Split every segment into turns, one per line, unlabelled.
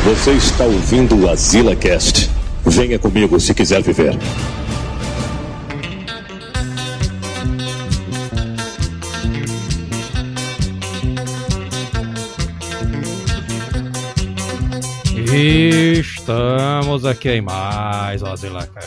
Você está ouvindo o AzilaCast. Venha comigo se quiser viver.
Estamos aqui em mais o AzilaCast.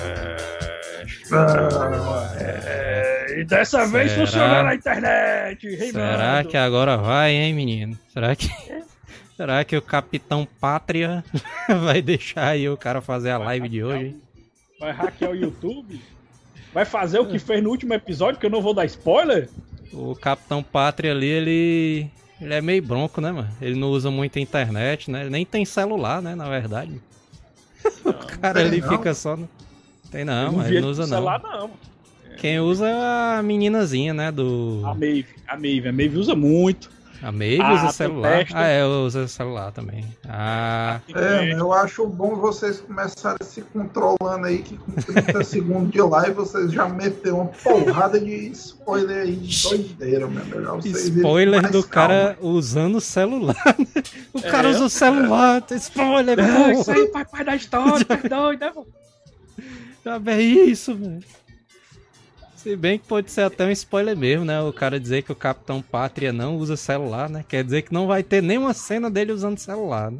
E dessa vez funcionou na internet.
Será que agora vai, hein, menino? Será que o Capitão Pátria vai deixar aí o cara fazer a live de hoje, hein?
Vai hackear o YouTube? Vai fazer o que fez no último episódio, que eu não vou dar spoiler?
O Capitão Pátria ali, ele é meio bronco, né, mano? Ele não usa muito a internet, né? Ele nem tem celular, né, na verdade. Não, o cara ali fica só... Tem não, mas ele não usa
celular, não.
Quem usa é a meninazinha, né, do...
A Maeve usa muito.
A Maeve usa celular? Usa celular também.
Eu acho bom vocês começarem se controlando aí, que com 30 segundos de live vocês já meteram uma porrada de spoiler aí de doideira, meu. Melhor vocês
spoiler do cara usando o celular, né? O cara usa o celular, spoiler, pô.
Isso aí faz parte da história, tá doido, né, pô?
Já vê isso, velho. Se bem que pode ser até um spoiler mesmo, né? O cara dizer que o Capitão Pátria não usa celular, né? Quer dizer que não vai ter nenhuma cena dele usando celular, né?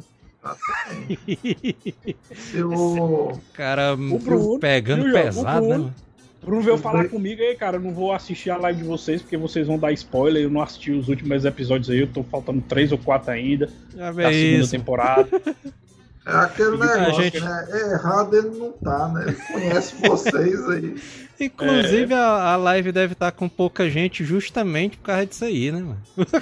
O
cara Bruno, pegando pesado, né?
O Bruno veio falar comigo aí, cara. Eu não vou assistir a live de vocês, porque vocês vão dar spoiler. Eu não assisti os últimos episódios aí. Eu tô faltando 3 ou 4 ainda da segunda temporada.
É aquele negócio, né? Errado ele não tá, né? Ele conhece vocês aí.
Inclusive a live deve estar com pouca gente justamente por causa disso aí, né, mano?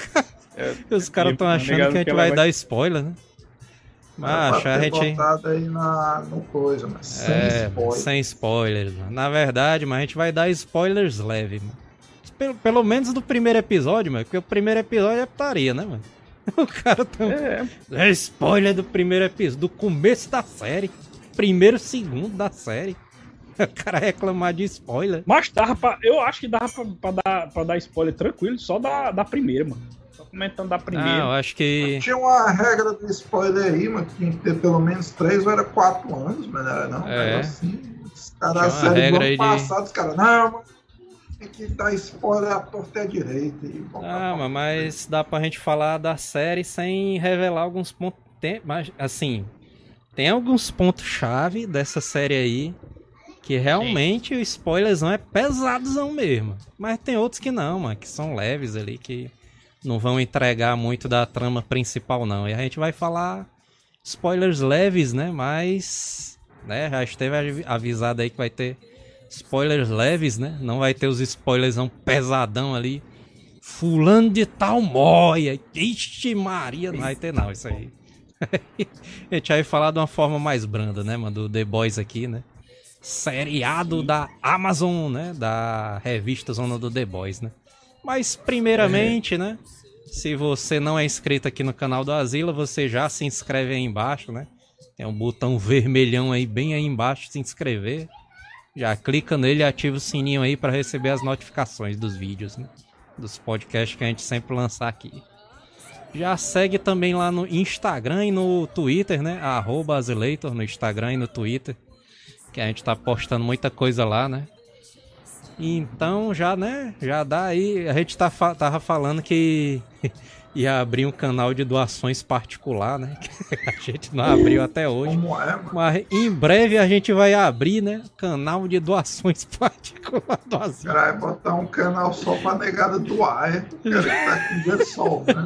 Os caras estão achando que a gente vai dar spoiler, né? Mas a gente
aí no coisa, mas
sem spoilers, mano. Na verdade, mas a gente vai dar spoilers leves, mano. Pelo menos do primeiro episódio, mano. Porque o primeiro episódio é putaria, né, mano? O cara é spoiler do primeiro episódio, do começo da série. Primeiro, segundo da série. O cara reclamar de spoiler.
Mas eu acho que dava pra dar spoiler tranquilo, só da primeira, mano. Só comentando da primeira.
Eu acho que...
Tinha uma regra do spoiler aí, mano, que tinha que ter pelo menos 3 ou era 4 anos, mas não era não. Assim, os caras da série do ano passado, os caras, não, mano, tem que dar spoiler à torta e à direita.
Mas dá pra gente falar da série sem revelar alguns pontos. Mas, assim, tem alguns pontos-chave dessa série aí que realmente o spoilerzão é pesadozão mesmo. Mas tem outros que não, mano, que são leves ali, que não vão entregar muito da trama principal, não. E a gente vai falar spoilers leves, né? Mas, né, já esteve avisado aí que vai ter spoilers leves, né? Não vai ter os spoilerzão pesadão ali. Fulano de tal moia. Ixi Maria, não vai ter não, isso aí. A gente vai falar de uma forma mais branda, né, mano? Do The Boys aqui, né? Seriado da Amazon, né? Da revista Zona do The Boys, né? Mas primeiramente, né? Se você não é inscrito aqui no canal do Azila, você já se inscreve aí embaixo, né? Tem um botão vermelhão aí bem aí embaixo, se inscrever. Já clica nele e ativa o sininho aí para receber as notificações dos vídeos, né? Dos podcasts que a gente sempre lançar aqui. Já segue também lá no Instagram e no Twitter, né? @Azileitor no Instagram e no Twitter. Que a gente tá postando muita coisa lá, né? Então já, né? Já dá aí. A gente tava falando que ia abrir um canal de doações particular, né? Que a gente não abriu até hoje. Mas em breve a gente vai abrir, né? Canal de doações particular do Azila.
Vai botar um canal só pra negada doar, é? O cara que tá com dinheiro só, né?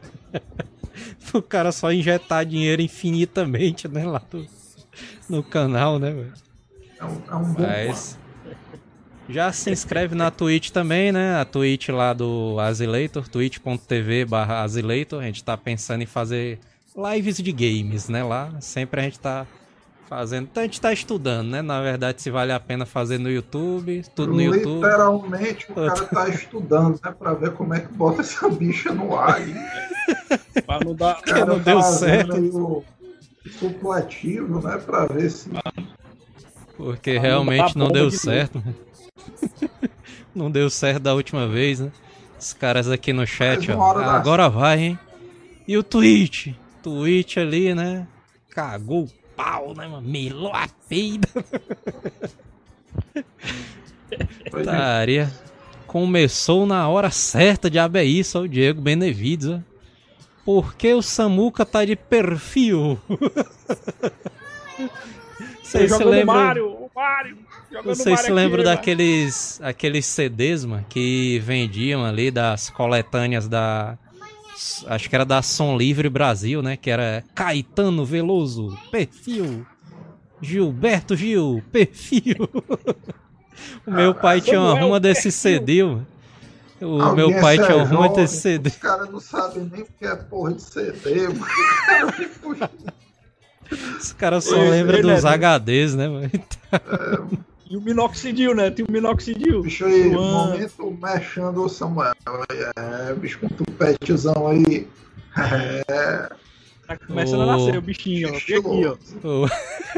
O cara só injetar dinheiro infinitamente, né? Lá no canal, né, velho?
É um bom plano.
Já se inscreve na Twitch também, né? A Twitch lá do Azileitor, twitch.tv/Azileitor. A gente tá pensando em fazer lives de games, né? Lá sempre a gente tá fazendo. Então a gente tá estudando, né? Na verdade, se vale a pena fazer no YouTube, tudo no YouTube.
Literalmente o cara tá estudando, né? Pra ver como é que bota essa bicha no ar.
Pra não dar.
Porque não deu certo.
O supletivo, né? Pra ver se.
Porque realmente não deu certo. Não deu certo da última vez, né? Os caras aqui no chat, ó. Agora vai, hein? E o Twitch? Twitch ali, né? cagou o pau, né, mano? Melou a peida. Taria. Começou na hora certa de isso, o Diego Benevides, ó. Porque o Samuca tá de perfil. Vocês se lembram? Vocês se lembram daqueles CDs, mano, que vendiam ali das coletâneas da... Acho que era da Som Livre Brasil, né? Que era Caetano Veloso, perfil. Gilberto Gil, perfil. O meu pai tinha uma ruma desse CD, mano. O meu pai tinha uma ruma desse CD.
Os caras não sabem nem o que é porra de CD, mano.
Os caras só lembram dos HDs, né, mano?
E o minoxidil, né? Tem o minoxidil.
Bicho aí, momento mexendo o Samuel. Bicho com tupetzão aí.
Tá começando a nascer o bichinho, ó. Aqui, ó.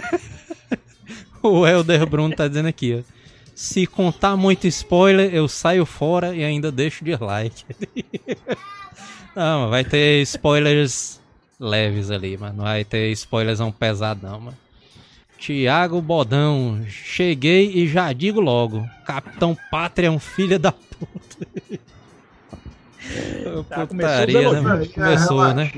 O Helder Bruno tá dizendo aqui, ó. Se contar muito spoiler, eu saio fora e ainda deixo dislike. Não, vai ter spoilers leves ali, mano. Não vai ter spoilers pesadão, mano. Tiago Bodão, cheguei e já digo logo. Capitão Pátria é um filho da puta. Putaria, né, mano? Começou, né?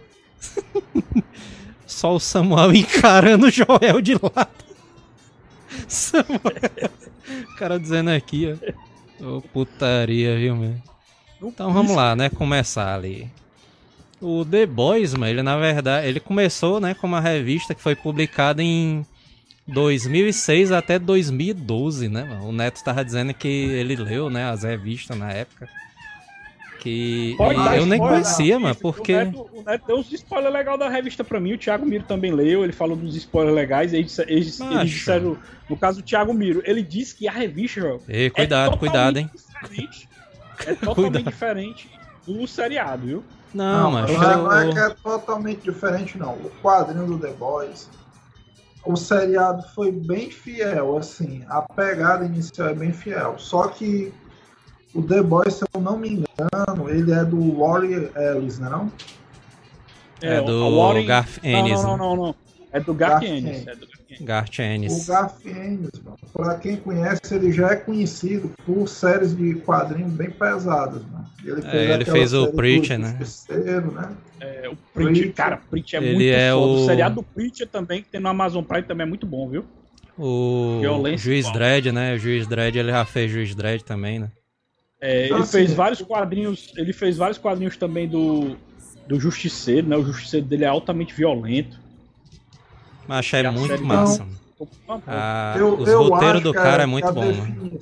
Só o Samuel encarando o Joel de lado. Samuel. O cara dizendo aqui, ó. Ô, putaria, viu, mano? Então vamos lá, né? Começar ali. O The Boys, mano, ele na verdade, ele começou, né, como uma revista que foi publicada em 2006 até 2012, né, mano? O Neto tava dizendo que ele leu, né, as revistas na época. Que eu nem conhecia, mano, porque...
O Neto deu uns spoilers legais da revista pra mim, o Thiago Miro também leu, ele falou dos spoilers legais, eles disseram, no caso do Thiago Miro, ele disse que a revista,
cuidado, hein?
É totalmente diferente do seriado, viu?
Não, mas
não é que é totalmente diferente, não. O quadrinho do The Boys, o seriado foi bem fiel, assim, a pegada inicial é bem fiel, só que o The Boys, se eu não me engano, ele é do Warren Ellis, não é não?
É do Garth Ennis.
Não. É do Garth Ennis.
Garth Ennis.
O Garth Ennis, pra quem conhece, ele já é conhecido por séries de quadrinhos bem pesadas, mano.
Ele fez o Preacher, né?
O Preacher, cara, Preacher é muito foda. O seriado do Preacher também, que tem no Amazon Prime, também é muito bom, viu?
O Juiz Dredd, né? O Juiz Dredd, ele já fez Juiz Dredd também, né?
Ele fez vários quadrinhos. Ele fez vários quadrinhos também do Justiceiro, né? O Justiceiro dele é altamente violento.
Mas é muito massa. Os roteiros do cara é muito bom, mano.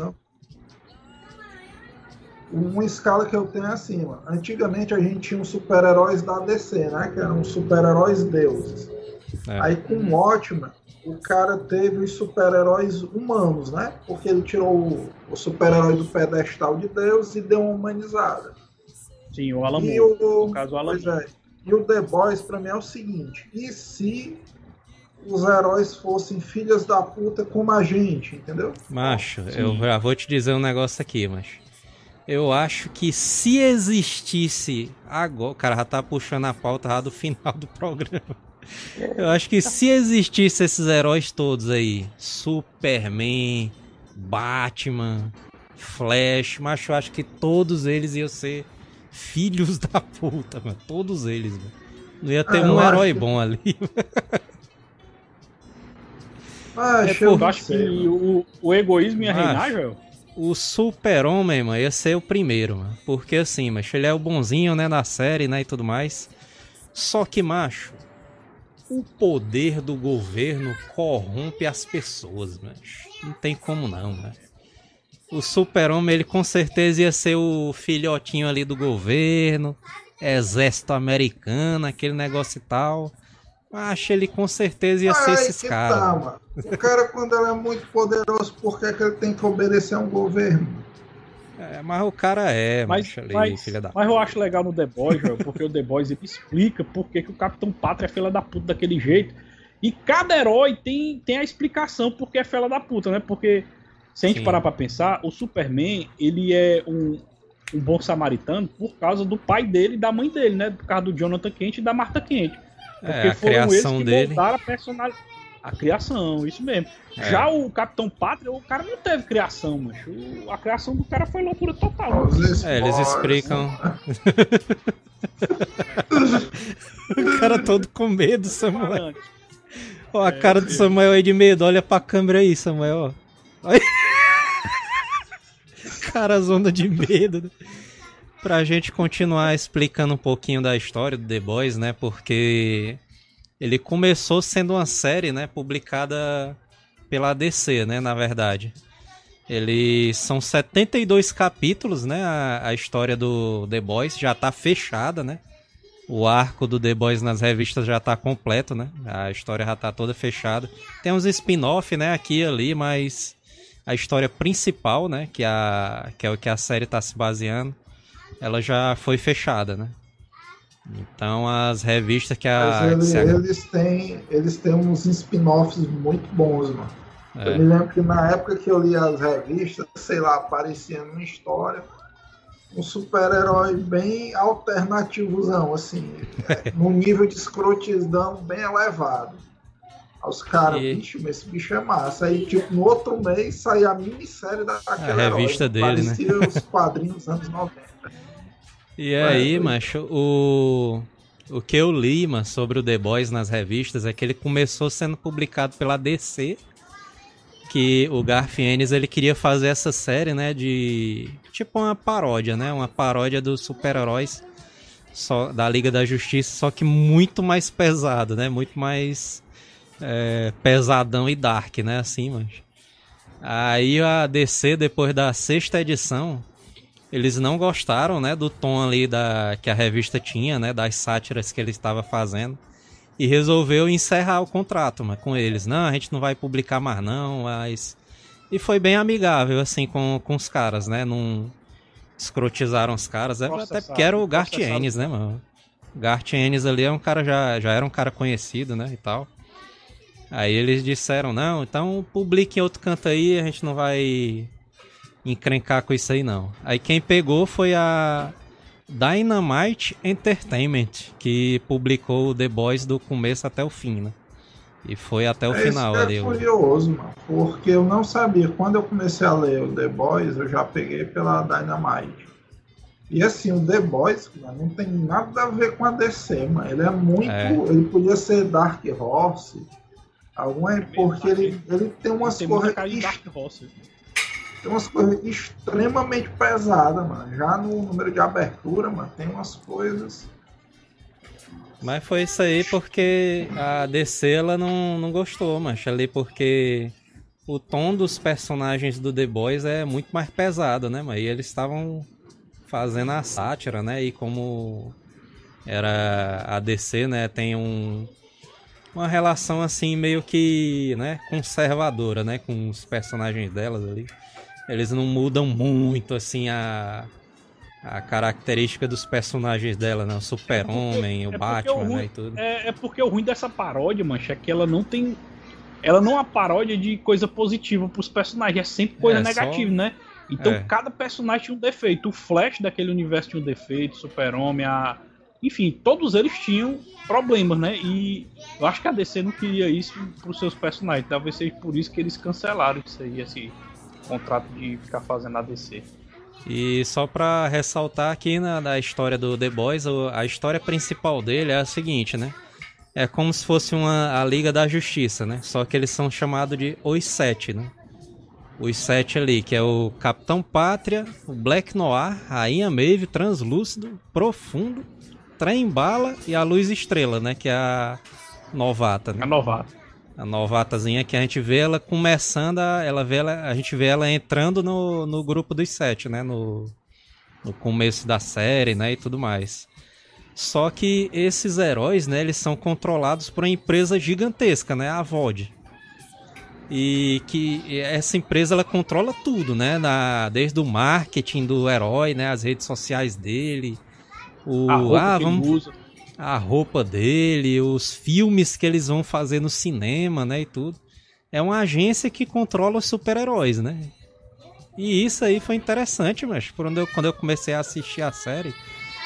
Uma escala que eu tenho é assim, mano. Antigamente a gente tinha uns super-heróis da DC, né? Que eram super-heróis deuses. Aí com o Watchmen, o cara teve os super-heróis humanos, né? Porque ele tirou o super-herói do pedestal de Deus e deu uma humanizada.
Sim, o Alan Moore, no caso o Alan Moore.
E o The Boys, pra mim, é o seguinte: e se os heróis fossem filhas da puta como a gente, entendeu?
Macho, eu já vou te dizer um negócio aqui, macho. Eu acho que se existisse agora... O cara já tá puxando a pauta já do final do programa. Eu acho que se existisse esses heróis todos aí, Superman, Batman, Flash, mas eu acho que todos eles iam ser filhos da puta, mano. Todos eles, mano. Não ia ter um herói bom ali.
Eu acho que o egoísmo ia reinar, Joel?
O Super-Homem, mano, ia ser o primeiro, mano. Porque assim, macho, ele é o bonzinho, né, na série, né, e tudo mais. Só que, macho, o poder do governo corrompe as pessoas, macho. Não tem como não, mano. O Super-Homem, ele com certeza ia ser o filhotinho ali do governo, exército americano, aquele negócio e tal. Acho ele com certeza ia ser esses caras.
Tá, o cara, quando ele é muito poderoso, por que ele tem que obedecer a um governo?
Mas o cara filha da puta.
Mas eu acho legal no The Boys, porque o The Boys ele explica por que o Capitão Pátria é filha da puta daquele jeito. E cada herói tem a explicação porque é filha da puta, né? Porque, se a gente parar pra pensar, o Superman, ele é um bom samaritano por causa do pai dele e da mãe dele, né? Por causa do Jonathan Kent e da Martha Kent. Porque
a criação dele.
A criação, isso mesmo. Já o Capitão Pátria, o cara não teve criação, macho. A criação do cara foi loucura total.
Eles explicam. O cara todo com medo, Samuel. Ó, a cara do Samuel aí de medo. Olha pra câmera aí, Samuel. Olha. Cara, zona de medo. Pra gente continuar explicando um pouquinho da história do The Boys, né? Porque ele começou sendo uma série, né? Publicada pela DC, né? Na verdade. Eles são 72 capítulos, né? A história do The Boys já tá fechada, né? O arco do The Boys nas revistas já tá completo, né? A história já tá toda fechada. Tem uns spin-off, né? Aqui e ali, mas a história principal, né? Que é o que a série tá se baseando, ela já foi fechada, né? Então as revistas que
eles têm uns spin-offs muito bons, mano. Eu me lembro que na época que eu li as revistas, sei lá, aparecia numa história um super-herói bem alternativozão, assim, num nível de escrotidão bem elevado. Aí os caras, bicho, mas esse bicho é massa. Aí, tipo, no outro mês saía a minissérie daquela
revista
herói,
dele,
parecia
né?
os quadrinhos dos anos 90.
E aí, macho, o que eu li, mano, sobre o The Boys nas revistas é que ele começou sendo publicado pela DC, que o Garth Ennis, ele queria fazer essa série, né, de tipo uma paródia, né, uma paródia dos super-heróis da Liga da Justiça, só que muito mais pesado, né, muito mais pesadão e dark, né, assim, macho. Aí a DC, depois da 6ª edição, eles não gostaram, né, do tom ali que a revista tinha, né, das sátiras que ele estava fazendo, e resolveu encerrar o contrato, mas, com eles. Não, a gente não vai publicar mais não, mas... E foi bem amigável, assim, com os caras, né, não escrotizaram os caras, até porque era o Garth Ennis, né, mano. O Garth Ennis ali é um cara, já era um cara conhecido, né, e tal. Aí eles disseram, não, então publique em outro canto aí, a gente não vai encrencar com isso aí não. Aí quem pegou foi a Dynamite Entertainment, que publicou o The Boys do começo até o fim, né? E foi até o final ali.
É curioso, mano, porque eu não sabia. Quando eu comecei a ler o The Boys, eu já peguei pela Dynamite. E assim, o The Boys, mano, não tem nada a ver com a DC, mano. Ele é muito... Ele podia ser Dark Horse, porque ele tem umas coisas... Tem umas coisas extremamente pesadas, mano. Já no número de abertura, mano, tem umas coisas...
Mas foi isso aí porque a DC, ela não gostou, macho, ali porque o tom dos personagens do The Boys é muito mais pesado, né, mano? E eles estavam fazendo a sátira, né? E como era a DC, né, tem uma relação assim meio que, né, conservadora, né, com os personagens delas ali. Eles não mudam muito, assim, a característica dos personagens dela, né? O Super-Homem, o Batman, né, e tudo.
É porque o ruim dessa paródia, mancha, é que ela não tem... Ela não é uma paródia de coisa positiva pros personagens, é sempre coisa negativa, né? Então cada personagem tinha um defeito. O Flash daquele universo tinha um defeito, o Super-Homem, enfim, todos eles tinham problemas, né? E eu acho que a DC não queria isso pros seus personagens. Talvez seja por isso que eles cancelaram isso aí, esse contrato de ficar fazendo a DC.
E só pra ressaltar aqui na história do The Boys, a história principal dele é a seguinte, né? É como se fosse a Liga da Justiça, né? Só que eles são chamados de Os Sete, né? Os Sete ali, que é o Capitão Pátria, o Black Noir, Rainha Maeve, Translúcido, Profundo, Trem-Bala e a Luz Estrela, né? Que é a novata, né? A novatazinha que a gente vê ela começando, a gente vê ela entrando no grupo dos Sete, né? No começo da série, né? E tudo mais. Só que esses heróis, né? Eles são controlados por uma empresa gigantesca, né? A VOD. E que essa empresa, ela controla tudo, né? Desde o marketing do herói, né? As redes sociais dele. A roupa dele, os filmes que eles vão fazer no cinema, né, e tudo. É uma agência que controla os super-heróis, né? E isso aí foi interessante, mas quando eu comecei a assistir a série,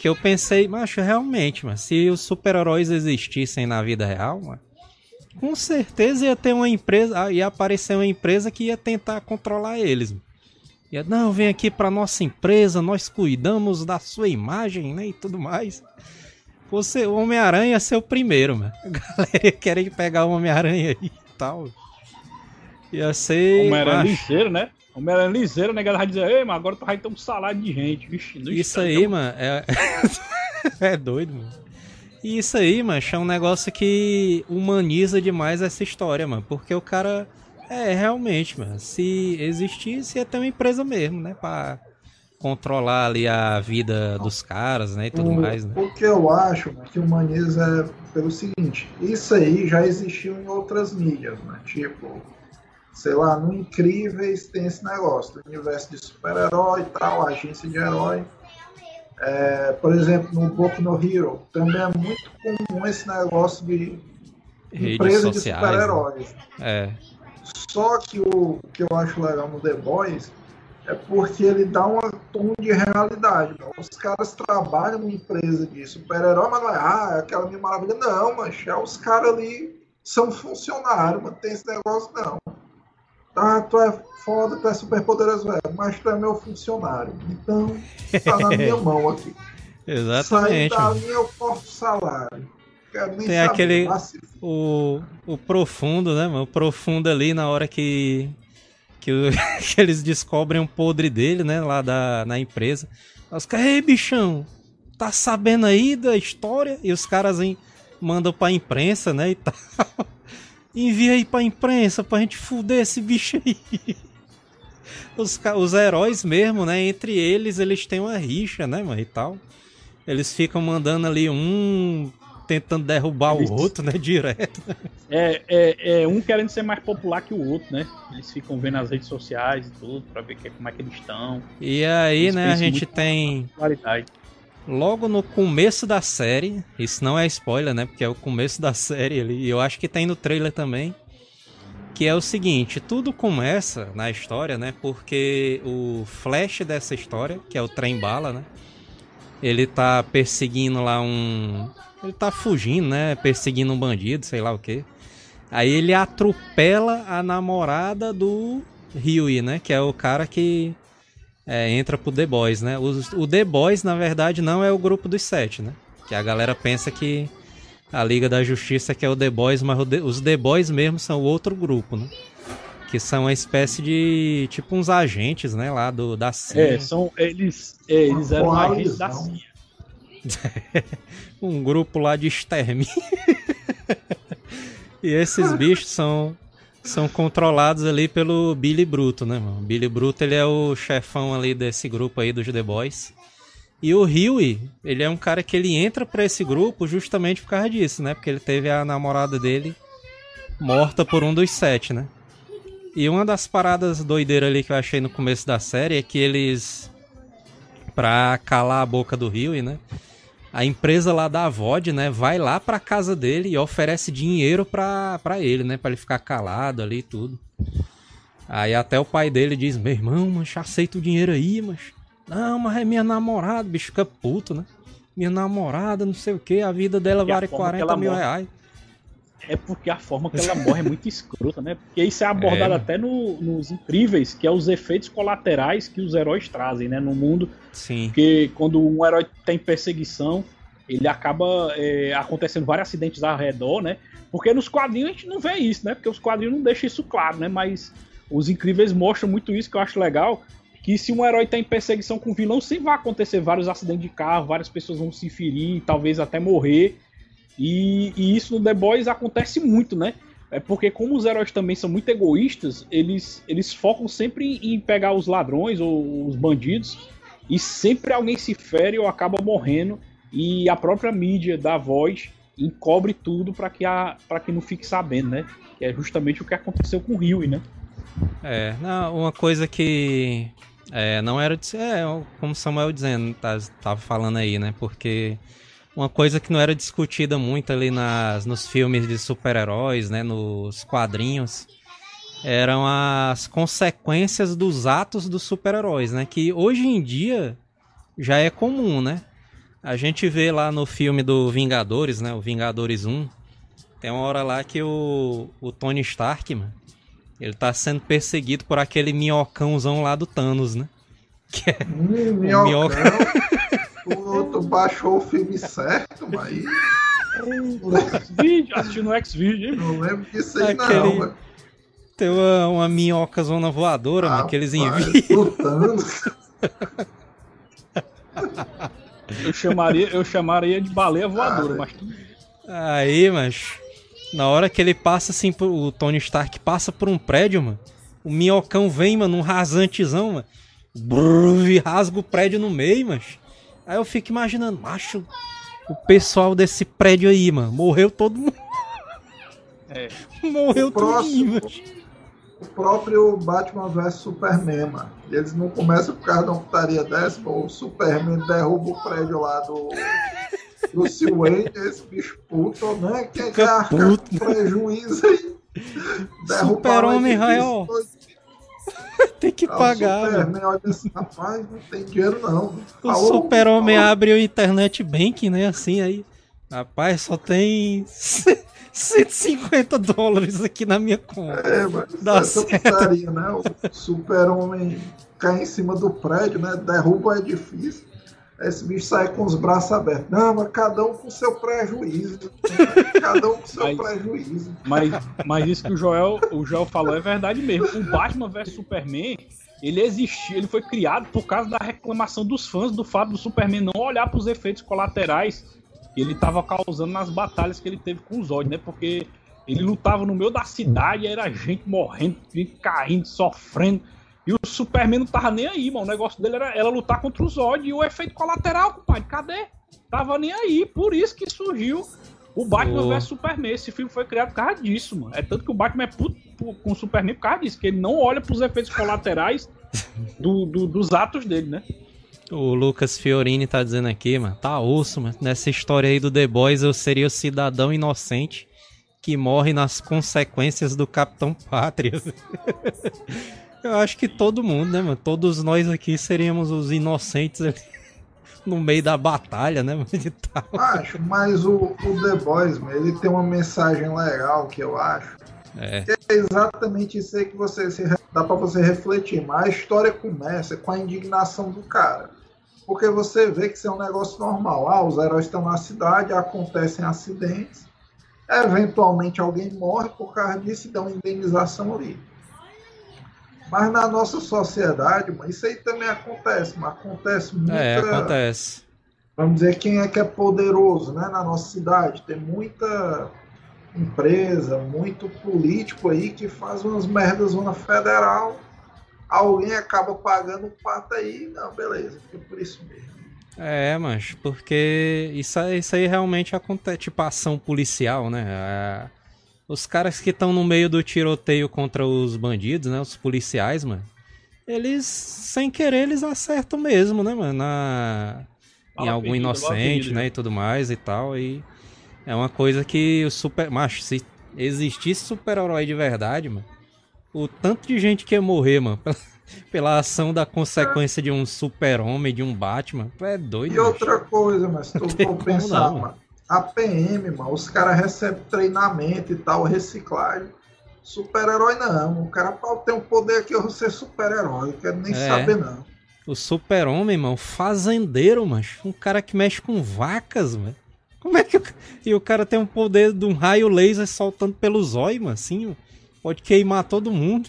que eu pensei, macho, realmente, mano, se os super-heróis existissem na vida real, mano, com certeza ia ter uma empresa, ia aparecer uma empresa que ia tentar controlar eles, mano. Ia, não, vem aqui pra nossa empresa, nós cuidamos da sua imagem, né, e tudo mais. O Homem-Aranha ia ser o primeiro, mano. A galera ia querer pegar o Homem-Aranha aí e tal. Ia ser...
Homem-Aranha ligeiro, né? Homem-Aranha ligeiro, né? A galera vai dizer, ei, mas agora tu vai ter um salário de gente. Vixe,
isso aí, mano, é doido, mano. E isso aí, mano, é um negócio que humaniza demais essa história, mano. Porque o cara... realmente, mano. Se existisse, ia ter uma empresa mesmo, né? Pra controlar ali a vida dos caras, né? E tudo mais, né?
O que eu acho, né, que humaniza é pelo seguinte. Isso aí já existiu em outras mídias, né? Tipo... Sei lá, no Incríveis tem esse negócio do universo de super-herói e tal, agência de herói. Por exemplo, no Boku no Hero também é muito comum esse negócio de empresa de super-heróis.
Né?
Só que o que eu acho legal no The Boys é porque ele dá um tom de realidade. Mano. Os caras trabalham numa empresa de super-herói, mas não é aquela minha maravilha. Não, mancha, os caras ali são funcionários, não tem esse negócio não. Tu é foda, tu é super poderoso, mas tu é meu funcionário. Então, tá na minha mão aqui.
Exatamente.
Sair dali eu corto o salário.
Tem aquele... O profundo, né, mano? O profundo ali na hora que eles descobrem um podre dele, né, lá na empresa. Os caras, ei, bichão, tá sabendo aí da história? E os caras mandam pra imprensa, né, e tal. Envia aí pra imprensa pra gente fuder esse bicho aí. Os heróis mesmo, né? Entre eles têm uma rixa, né, mano? E tal. Eles ficam mandando ali tentando derrubar o outro, né? Direto.
Um querendo ser mais popular que o outro, né? Eles ficam vendo as redes sociais e tudo pra ver como é que eles estão.
E aí, eles, né, a gente tem... Logo no começo da série, isso não é spoiler, né? Porque é o começo da série ali, e eu acho que tem no trailer também, que é o seguinte, tudo começa na história, né? Porque o Flash dessa história, que é o Trem-Bala, né? Ele tá perseguindo lá ele tá fugindo, né? Perseguindo um bandido, sei lá o quê. Aí ele atropela a namorada do Huey, né? Que é o cara que... entra pro The Boys, né? O The Boys, na verdade, não é o grupo dos 7, né? Que a galera pensa que a Liga da Justiça que é o The Boys, mas os The Boys mesmo são outro grupo, né? Que são uma espécie de... tipo uns agentes, né? Lá da CIA.
Eles eram agentes da CIA.
Um grupo lá de extermínio. E esses bichos são controlados ali pelo Billy Bruto, né, mano? Billy Bruto, ele é o chefão ali desse grupo aí dos The Boys. E o Huey, ele é um cara que ele entra pra esse grupo justamente por causa disso, né? Porque ele teve a namorada dele morta por um dos 7, né? E uma das paradas doideiras ali que eu achei no começo da série é que eles, pra calar a boca do Huey, né? A empresa lá da VOD, né, vai lá pra casa dele e oferece dinheiro pra ele, né, pra ele ficar calado ali e tudo. Aí até o pai dele diz, meu irmão, mancha, aceita o dinheiro aí, mas não, mas é minha namorada, bicho, fica puto, né? Minha namorada, não sei o que, a vida dela vale 40 mil reais.
É porque a forma que ela morre é muito escrota, né? Porque isso é abordado até nos Incríveis, que é os efeitos colaterais que os heróis trazem, né? No mundo.
Sim.
Porque quando um herói tem perseguição, ele acaba acontecendo vários acidentes ao redor, né? Porque nos quadrinhos a gente não vê isso, né? Porque os quadrinhos não deixam isso claro, né? Mas os Incríveis mostram muito isso, que eu acho legal. Que se um herói tá em perseguição com um vilão, sempre vai acontecer vários acidentes de carro, várias pessoas vão se ferir, talvez até morrer. E isso no The Boys acontece muito, né? É porque como os heróis também são muito egoístas, eles focam sempre em pegar os ladrões ou os bandidos e sempre alguém se fere ou acaba morrendo e a própria mídia da voz encobre tudo para que não fique sabendo, né? Que é justamente o que aconteceu com o Huey, né?
Não, uma coisa que não era... como o Samuel dizendo, tava falando aí, né? Porque... uma coisa que não era discutida muito ali nos filmes de super-heróis, né, nos quadrinhos, eram as consequências dos atos dos super-heróis, né, que hoje em dia já é comum, né? A gente vê lá no filme do Vingadores, né? O Vingadores 1. Tem uma hora lá que o Tony Stark, mano, ele tá sendo perseguido por aquele minhocãozão lá do Thanos, né? Que é
minhocão. Tu baixou o filme certo, mas...
Assistindo o X-Video,
não lembro disso aí não, mano.
Tem uma minhoca zona voadora, mano, que eles enviam.
Eu chamaria de baleia voadora, mas...
Aí, mas... Na hora que ele passa assim, o Tony Stark passa por um prédio, mano, o minhocão vem, mano, um rasantezão, mano, e rasga o prédio no meio, mas... Aí eu fico imaginando, macho, o pessoal desse prédio aí, mano, morreu todo mundo. Morreu todo mundo.
O próprio Batman vs Superman, mano. Eles não começam por causa de uma putaria dessa, o Superman derruba o prédio lá do Wayne, esse bicho puto, né? Quem quer arcar com prejuízo aí?
Super-Homem, Rael. Tem que pagar,
o Superman, olha assim, rapaz, não tem dinheiro não.
O Super-Homem abre o internet banking, né? Assim aí. Rapaz, só tem $150 aqui na minha conta.
Mas essa putaria, né? O Super-Homem cai em cima do prédio, né? Derruba o edifício. Esse bicho sai com os braços abertos. Não, mas cada um com seu prejuízo. Cada um com seu prejuízo.
Mas isso que o Joel falou é verdade mesmo. O Batman vs Superman, ele existiu, ele foi criado por causa da reclamação dos fãs do fato do Superman não olhar para os efeitos colaterais que ele estava causando nas batalhas que ele teve com o Zod, né? Porque ele lutava no meio da cidade, era gente morrendo, gente caindo, sofrendo. E o Superman não tava nem aí, mano. O negócio dele era lutar contra o Zod. E o efeito colateral, compadre, cadê? Tava nem aí. Por isso que surgiu o Batman vs Superman. Esse filme foi criado por causa disso, mano. É tanto que o Batman é puto com o Superman por causa disso. Que ele não olha pros efeitos colaterais dos atos dele, né?
O Lucas Fiorini tá dizendo aqui, mano. Tá osso, mano. Nessa história aí do The Boys, eu seria o cidadão inocente que morre nas consequências do Capitão Pátria. Eu acho que todo mundo, né, mano? Todos nós aqui seríamos os inocentes ali no meio da batalha, né, mano? E tal.
Acho, mas o The Boys, mano, ele tem uma mensagem legal que eu acho. Que é exatamente isso aí que dá pra você refletir. Mas a história começa com a indignação do cara. Porque você vê que isso é um negócio normal. Os heróis estão na cidade, acontecem acidentes. Eventualmente alguém morre por causa disso e dá uma indenização ali. Mas na nossa sociedade, isso aí também acontece, mas acontece muito.
Acontece.
Vamos dizer, quem é que é poderoso, né, na nossa cidade? Tem muita empresa, muito político aí que faz umas merdas zona federal. Alguém acaba pagando o pato aí, não, beleza, fica por isso mesmo.
Mas porque isso aí realmente acontece, tipo ação policial, né? Os caras que estão no meio do tiroteio contra os bandidos, né? Os policiais, mano. Eles, sem querer, eles acertam mesmo, né, mano? Em algum inocente, né? E tudo mais e tal. E é uma coisa que o Macho, se existisse super-herói de verdade, mano, o tanto de gente que ia morrer, mano, pela ação da consequência de um super-homem, de um Batman, é doido.
E outra coisa, mas se tu for pensar, mano. A PM, mano, os caras recebem treinamento e tal, reciclagem. Super-herói não. O cara tem um poder que eu vou ser super-herói. Não quero nem saber, não.
O super-homem, mano, fazendeiro, mano. Um cara que mexe com vacas, mano. Como é que E o cara tem um poder de um raio laser soltando pelo zóio, mano, assim, mano. Pode queimar todo mundo,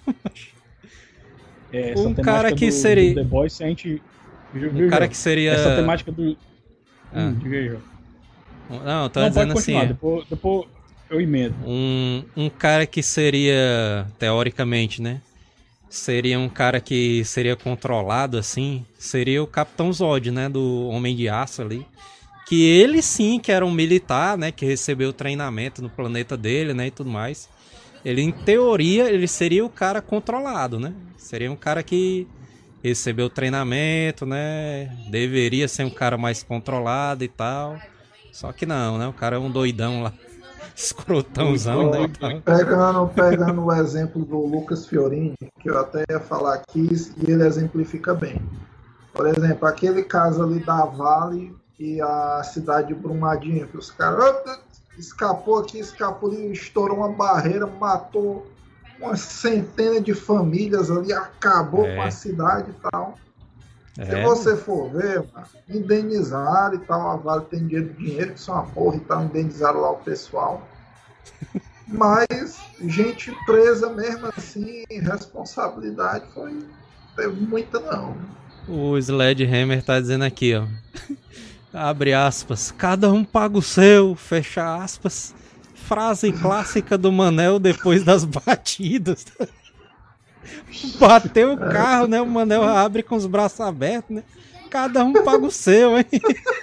um cara que seria... The Boys, a gente...
Um cara que seria...
Essa temática do...
Diga aí, Não, tô dizendo assim.
Depois eu emendo.
Um cara que seria, teoricamente, né? Seria um cara que seria controlado, assim. Seria o Capitão Zod, né? Do Homem de Aço ali. Que ele sim, que era um militar, né? Que recebeu treinamento no planeta dele, né? E tudo mais. Ele, em teoria, ele seria o cara controlado, né? Seria um cara que recebeu treinamento, né? Deveria ser um cara mais controlado e tal. Só que não, né? O cara é um doidão lá. Escrotãozão, né?
Pegando o exemplo do Lucas Fiorini, que eu até ia falar aqui, e ele exemplifica bem. Por exemplo, aquele caso ali da Vale que a cidade de Brumadinho, que os caras escapou aqui, escapou ali, estourou uma barreira, matou uma centena de famílias ali, acabou com a cidade e tal. Se você for ver, mano, indenizaram e tal, a Vale tem dinheiro, que são uma porra e tal, indenizaram lá o pessoal. Mas gente presa mesmo assim, responsabilidade teve muita não.
O Sledgehammer tá dizendo aqui, ó. Abre aspas, cada um paga o seu, fecha aspas. Frase clássica do Manel depois das batidas. Bateu o carro, né? O Manel abre com os braços abertos, né? Cada um paga o seu, hein?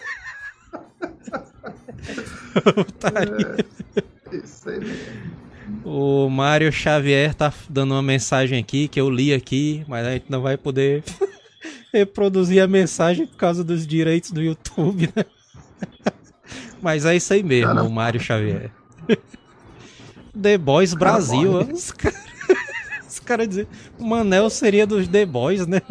Tá aí.
Isso aí mesmo.
O Mário Xavier tá dando uma mensagem aqui, que eu li aqui, mas a gente não vai poder reproduzir a mensagem por causa dos direitos do YouTube, né? Mas é isso aí mesmo, o Mário Xavier. The Boys Brasil, os caras dizem, o Manel seria dos The Boys, né?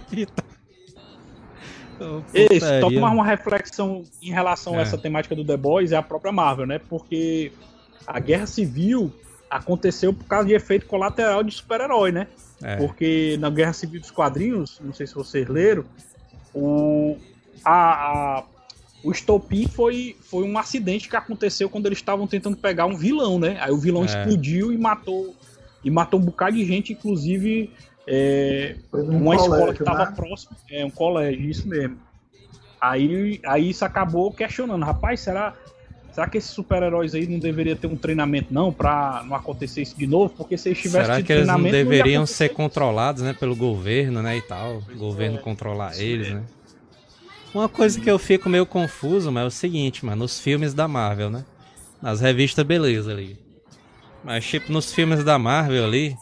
Isso, só tomar uma reflexão em relação a essa temática do The Boys é a própria Marvel, né? Porque a Guerra Civil aconteceu por causa de efeito colateral de super-herói, né? Porque na Guerra Civil dos quadrinhos, não sei se vocês leram, o estopim foi um acidente que aconteceu quando eles estavam tentando pegar um vilão, né? Aí o vilão explodiu e matou um bocado de gente, inclusive uma escola que estava próxima, um colégio, isso mesmo. Aí isso acabou questionando, rapaz, será que esses super-heróis aí não deveriam ter um treinamento não, pra não acontecer isso de novo? Porque se eles tivessem
será que eles não deveriam ser controlados, né, pelo governo, né, e tal, o governo controlar eles, né? Uma coisa que eu fico meio confuso, mas é o seguinte, mano, nos filmes da Marvel, né, nas revistas beleza ali, mas tipo nos filmes da Marvel ali,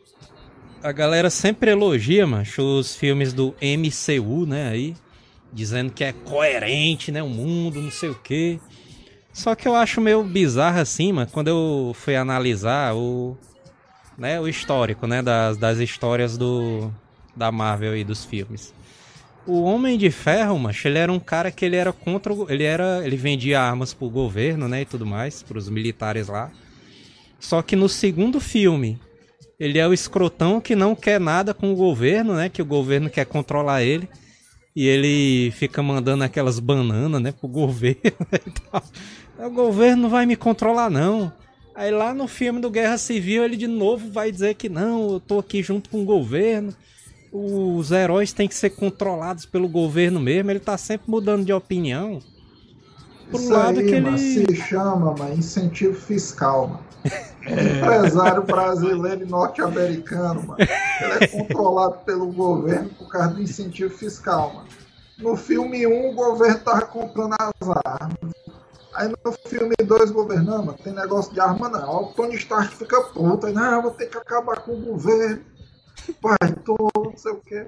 a galera sempre elogia, macho, os filmes do MCU, né, aí, dizendo que é coerente, né, o mundo, não sei o quê. Só que eu acho meio bizarro assim, mano, quando eu fui analisar o histórico, né, das histórias da Marvel e dos filmes. O Homem de Ferro, macho, ele era um cara que ele era contra, ele vendia armas pro governo, né, e tudo mais, pros militares lá. Só que no segundo filme, ele é o escrotão que não quer nada com o governo, né, que o governo quer controlar ele. E ele fica mandando aquelas bananas, né, pro governo e tal. O governo não vai me controlar, não. Aí lá no filme do Guerra Civil, ele de novo vai dizer que não, eu tô aqui junto com o governo. Os heróis têm que ser controlados pelo governo mesmo. Ele tá sempre mudando de opinião.
Pro isso lado aí, que ele... se chama, incentivo fiscal, mano. Empresário brasileiro e norte-americano, mano. Ele é controlado pelo governo por causa do incentivo fiscal, mano. No filme 1, o governo tava comprando as armas. Aí no filme 2, governando, mano, tem negócio de arma não. O Tony Stark fica puto. Aí, não, vou ter que acabar com o governo. Pai, não sei o quê.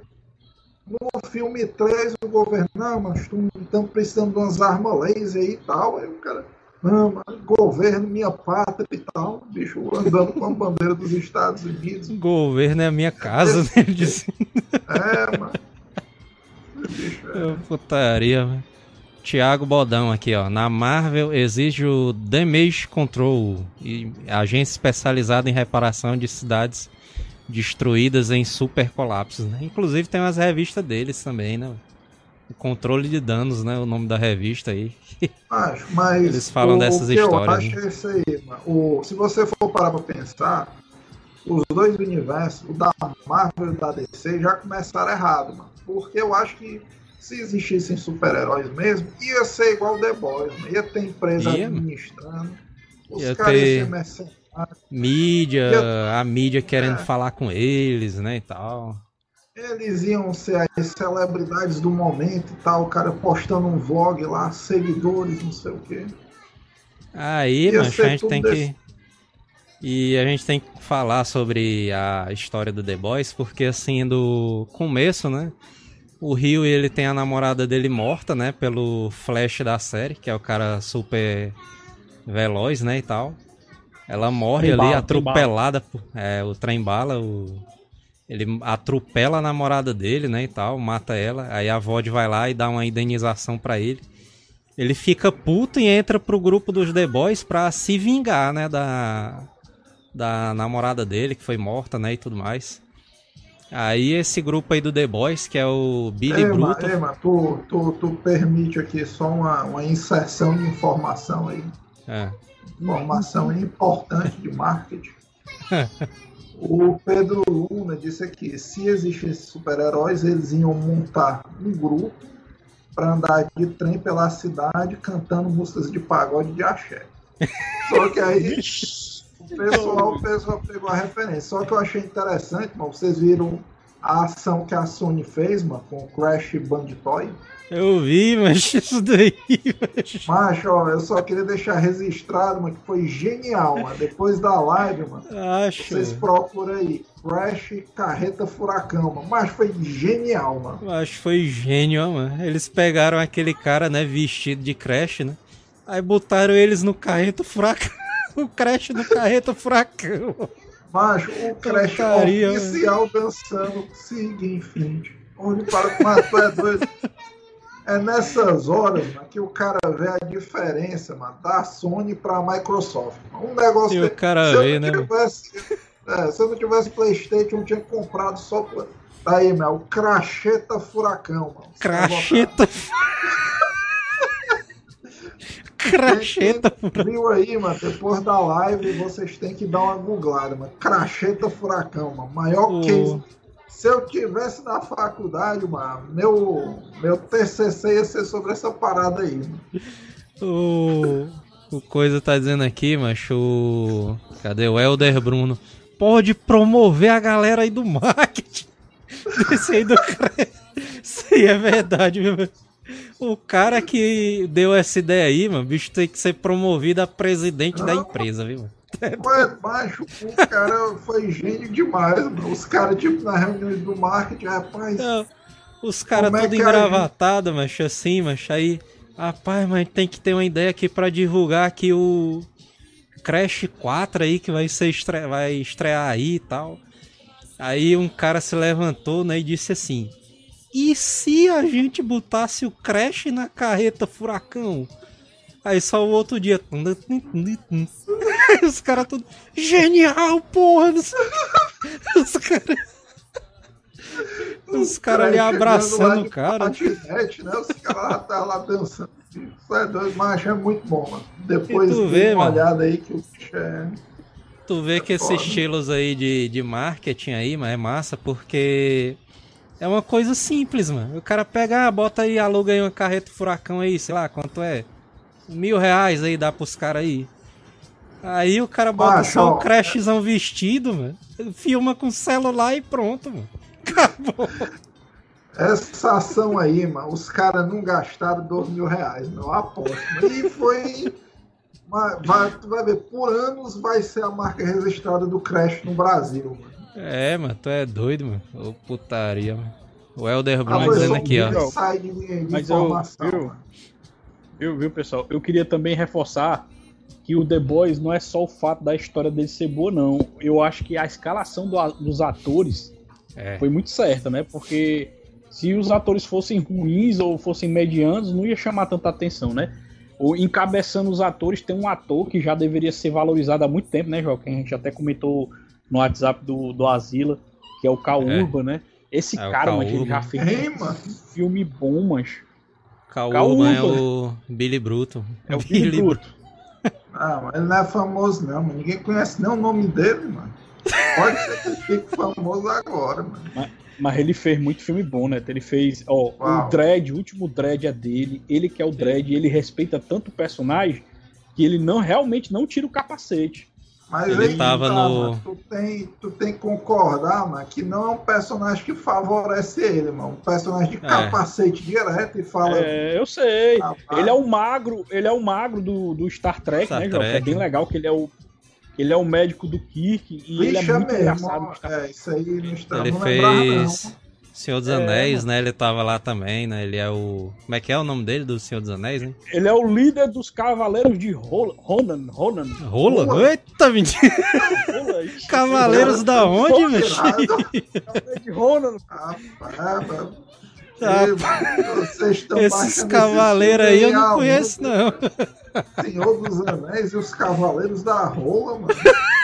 No filme 3, o governo, não, mas estamos precisando de umas armas laser aí e tal. Aí o cara, não, mas governo, minha pátria e tal. Bicho andando com a bandeira dos Estados Unidos.
O governo é a minha casa, né? Ele disse.
Mano. Bicho,
putaria, mano. Thiago Bodão aqui, ó. Na Marvel exige o Damage Control, agência especializada em reparação de cidades destruídas em super colapsos, né? Inclusive tem umas revistas deles também, né? O Controle de Danos, né? O nome da revista aí.
Mas
eles falam dessas histórias.
Eu acho isso aí, mano. Se você for parar pra pensar, os dois universos, o da Marvel e o da DC, já começaram errado, mano. Porque eu acho que se existissem super-heróis mesmo, ia ser igual o The Boys, mano. Ia ter empresa administrando, os caras iam ser mercenários.
Mídia, a mídia querendo falar com eles, né, e tal.
Eles iam ser as celebridades do momento e tal, o cara postando um vlog lá, seguidores, não sei o quê.
Aí, mas a gente tem que... E a gente tem que falar sobre a história do The Boys, porque assim, do começo, né, o Rio, ele tem a namorada dele morta, né, pelo Flash da série, que é o cara super veloz, né, e tal. Ela morre ali, atropelada, o trem-bala, ele atropela a namorada dele, né, e tal, mata ela, aí a VOD vai lá e dá uma indenização pra ele, ele fica puto e entra pro grupo dos The Boys pra se vingar, né, da namorada dele, que foi morta, né, e tudo mais. Aí esse grupo aí do The Boys, que é o Billy Bruto...
Tu permite aqui só uma inserção de informação aí. Informação importante de marketing. O Pedro Luna disse aqui, se existissem super-heróis, eles iam montar um grupo para andar de trem pela cidade cantando músicas de pagode de axé. Só que aí o pessoal pegou a referência. Só que eu achei interessante, mano, vocês viram a ação que a Sony fez, mano, com o Crash Bandicoot?
Eu vi, mas isso daí...
Macho, ó, eu só queria deixar registrado, mano, que foi genial, mano. Depois da live, mano, vocês procuram aí, Crash Carreta Furacão, mano. Mas foi genial, mano.
Acho que foi gênio, mano. Eles pegaram aquele cara, né, vestido de Crash, né? Aí botaram eles no Carreta Furacão. O Crash no Carreta Furacão.
Macho, o Crash oficial dançando Sig Infinity. Onde para o mato é doido. É nessas horas, mano, que o cara vê a diferença, mano, da Sony pra Microsoft. Um negócio
que o cara vê, né?
Se eu não tivesse PlayStation, eu tinha comprado só por... Daí, meu, o Cracheta Furacão, mano.
Cracheta Cracheta Furacão.
Viu aí, mano, depois da live, vocês têm que dar uma googlada, mano. Cracheta Furacão, mano. Maior case. Se eu tivesse na faculdade, mano, meu TCC ia ser sobre essa parada aí, mano.
O Coisa tá dizendo aqui, macho. Cadê o Helder Bruno? Pode promover a galera aí do marketing. Esse aí do... Isso aí é verdade, meu. O cara que deu essa ideia aí, mano, bicho tem que ser promovido a presidente da empresa, viu, mano?
Macho, o cara foi gênio demais, mano. Os caras, tipo, na reunião do marketing, rapaz...
Não, os caras tudo engravatados, macho, assim, macho, aí... Rapaz, mas tem que ter uma ideia aqui pra divulgar aqui o Crash 4 aí, que vai estrear aí e tal. Aí um cara se levantou, né, e disse assim... E se a gente botasse o Crash na Carreta Furacão? Aí só o outro dia... Os caras tudo... Genial, porra! Os caras ali abraçando o cara.
Patinete, né? Os caras estavam lá dançando. Isso é doido, mas é muito bom, mano. Depois
dê
uma olhada aí que o bicho é...
Tu vê que esses estilos aí de marketing aí, mas é massa porque... É uma coisa simples, mano. O cara pega, bota aí, aluga aí uma Carreta Furacão aí, sei lá, quanto é? R$1.000 aí, dá pros caras aí. Aí o cara bota só o Crashzão vestido, mano. Filma com celular e pronto, mano. Acabou.
Essa ação aí, mano, os caras não gastaram R$2.000, meu, aposto. E foi... tu vai ver, por anos vai ser a marca registrada do Crash no Brasil, mano.
É, mano, tu é doido, mano. Ô, putaria, mano. O Helder Bruno dizendo aqui, ó.
Mas viu, pessoal? Eu queria também reforçar que o The Boys não é só o fato da história dele ser boa, não. Eu acho que a escalação dos atores foi muito certa, né? Porque se os atores fossem ruins ou fossem medianos, não ia chamar tanta atenção, né? Ou encabeçando os atores, tem um ator que já deveria ser valorizado há muito tempo, né, João? Que a gente até comentou no WhatsApp do Azila, que é o Cal Urban, né? Esse cara, mas ele já fez um filme bom, mas...
Cal Urban é o Billy Bruto.
É o Billy Bruto.
Ah, mas ele não é famoso não, mano. Ninguém conhece nem o nome dele, mano. Pode ser que ele fique famoso agora, mano.
Mas ele fez muito filme bom, né? Ele fez, o Dredd, o último Dredd é dele, ele que é o Dredd, ele respeita tanto o personagem que ele realmente não tira o capacete.
Mas ele aí, tava no... tu tem que concordar, mano, que não é um personagem que favorece ele, mano. Um personagem de capacete direto e fala...
eu sei. Ele é o magro do Star Trek, né, João? É bem legal que ele é o médico do Kirk e ele é muito engraçado.
Isso aí não está...
Ele fez Senhor dos Anéis, né? Ele tava lá também, né? Ele é o... Como é que é o nome dele, do Senhor dos Anéis, né?
Ele é o líder dos Cavaleiros de Ronan.
Rola? Eita, mentira! Cavaleiros da onde, meu?
De Ronan.
Esses cavaleiros aí eu não conheço, não.
Senhor dos Anéis e os Cavaleiros da Rola, mano.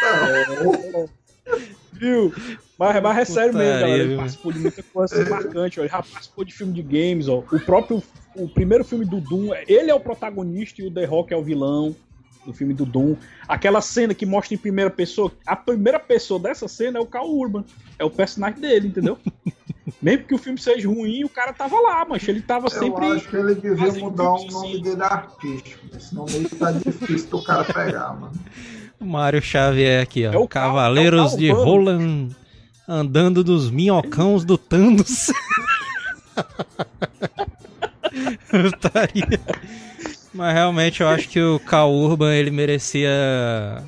Viu? Mas é sério mesmo, galera. Ele participou de muita coisa marcante, ó. Ele já participou de filme de games, ó. O primeiro filme do Doom, ele é o protagonista e o The Rock é o vilão do filme do Doom. Aquela cena que mostra em primeira pessoa, a primeira pessoa dessa cena é o Karl Urban. É o personagem dele, entendeu? Mesmo que o filme seja ruim, o cara tava lá, mas ele tava sempre...
Eu acho que ele devia mudar o nome dele artístico. Esse nome dele tá difícil do cara pegar, mano.
O Mário Xavier aqui, ó. Cavaleiros de Roland andando dos minhocãos do Thanos. Mas realmente eu acho que o Karl Urban, ele merecia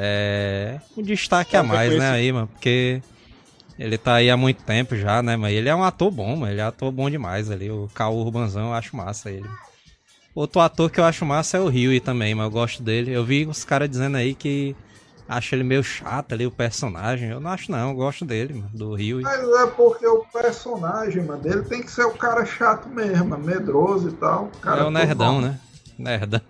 um destaque a mais, né, aí, mano, porque ele tá aí há muito tempo já, né, mas ele é um ator bom, mano, ele é um ator bom demais ali, o Karl Urbanzão, eu acho massa ele. Outro ator que eu acho massa é o Huey também, mas eu gosto dele. Eu vi os caras dizendo aí que acho ele meio chato ali, o personagem. Eu não acho não, eu gosto dele, mano, do Huey.
Mas é porque o personagem, mano, dele tem que ser o cara chato mesmo, medroso e tal. O cara
é o nerdão, né? Nerdão.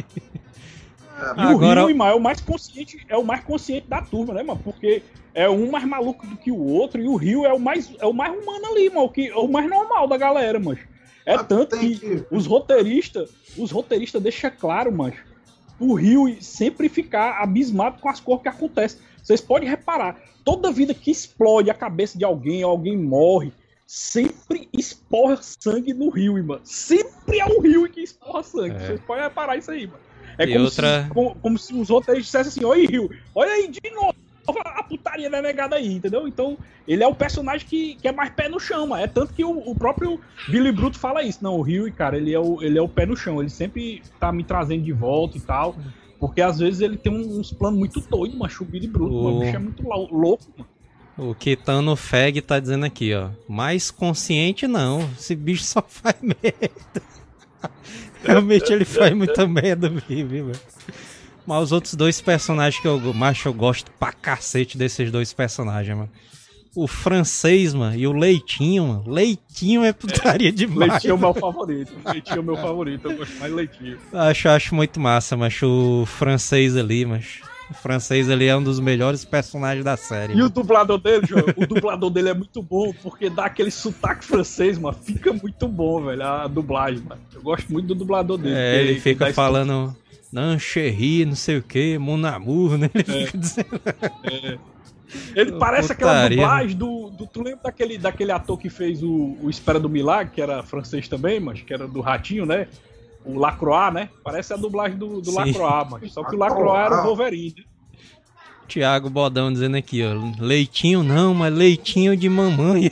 E o Huey, mano, é o mais consciente da turma, né, mano? Porque é um mais maluco do que o outro e o Huey é o mais humano ali, mano, é o mais normal da galera, mano. Tanto que os roteiristas deixam claro, mano, o Huey sempre ficar abismado com as coisas que acontecem. Vocês podem reparar, toda vida que explode a cabeça de alguém, alguém morre, sempre esporra sangue no Huey, mano. Sempre é o Huey que esporra sangue. Vocês podem reparar isso aí, mano. Como se os roteiristas dissessem assim, oi, Huey, olha aí de novo a putaria da negada aí, entendeu? Então, ele é o personagem que é mais pé no chão, mano. É tanto que o próprio Billy Bruto fala isso. Não, o Huey, cara, ele é o pé no chão. Ele sempre tá me trazendo de volta e tal. Porque às vezes ele tem uns planos muito doidos, mano. O Billy Bruto, o bicho é muito louco, mano.
O Kitano Feg tá dizendo aqui, ó. Mais consciente não. Esse bicho só faz merda. Realmente ele faz muita merda, viu, velho. Mas os outros dois personagens que eu gosto pra cacete desses dois personagens, mano. O francês, mano, e o Leitinho, mano. Leitinho é putaria demais.
Leitinho é o meu favorito. Leitinho é o meu favorito. Eu gosto mais de Leitinho.
Acho muito massa, mas o francês ali, mas... O francês ali é um dos melhores personagens da série.
E mano. O dublador dele, João? O dublador dele é muito bom, porque dá aquele sotaque francês, mano. Fica muito bom, velho, a dublagem, mano. Eu gosto muito do dublador dele.
Ele fica falando... Não, Cherry, não sei o que, Mon Amour, né? Ele fica dizendo...
Ele parece aquela dublagem tu lembra daquele ator que fez o Espera do Milagre, que era francês também, mas que era do Ratinho, né? O Lacroix, né? Parece a dublagem do Lacroix, mas só que o Lacroix era o Wolverine.
Thiago Bodão dizendo aqui, ó. Leitinho não, mas leitinho de mamãe.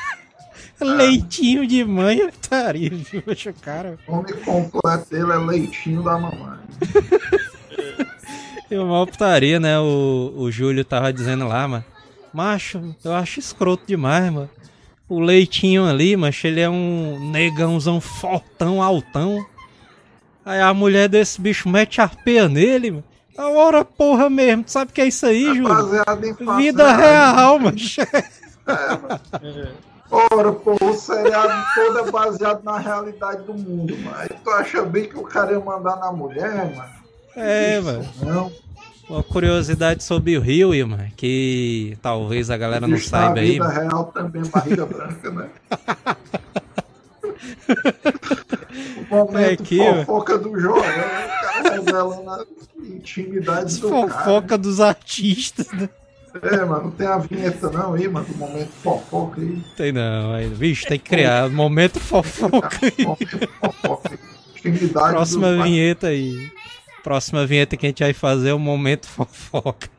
Leitinho de mãe, putaria, viu? Cara.
O nome completo dele é Leitinho da Mamãe.
É uma putaria, né? O Júlio tava dizendo lá, mano. Macho, eu acho escroto demais, mano. O Leitinho ali, macho, ele é um negãozão fortão, altão. Aí a mulher desse bicho mete a arpeia nele, mano. A hora porra mesmo, tu sabe o que é isso aí, Júlio?
Baseado em fato,
vida real, macho.
Ora, pô, o seriado todo é baseado na realidade do mundo, mano. Tu acha bem que o cara ia mandar na mulher, mano?
Mano.
Não.
Uma curiosidade sobre o Huey, mano, que talvez a galera não saiba aí.
Na vida real também, barriga branca, né? O momento fofoca do Joel, né? O cara revelando a intimidade do cara.
Fofoca dos artistas, né?
Mas não tem a vinheta não aí, mano, do momento fofoca aí.
Tem não, aí. Vixe, tem que criar momento fofoca aí.
Intimidade.
Próxima vinheta aí. Próxima vinheta que a gente vai fazer é o momento fofoca.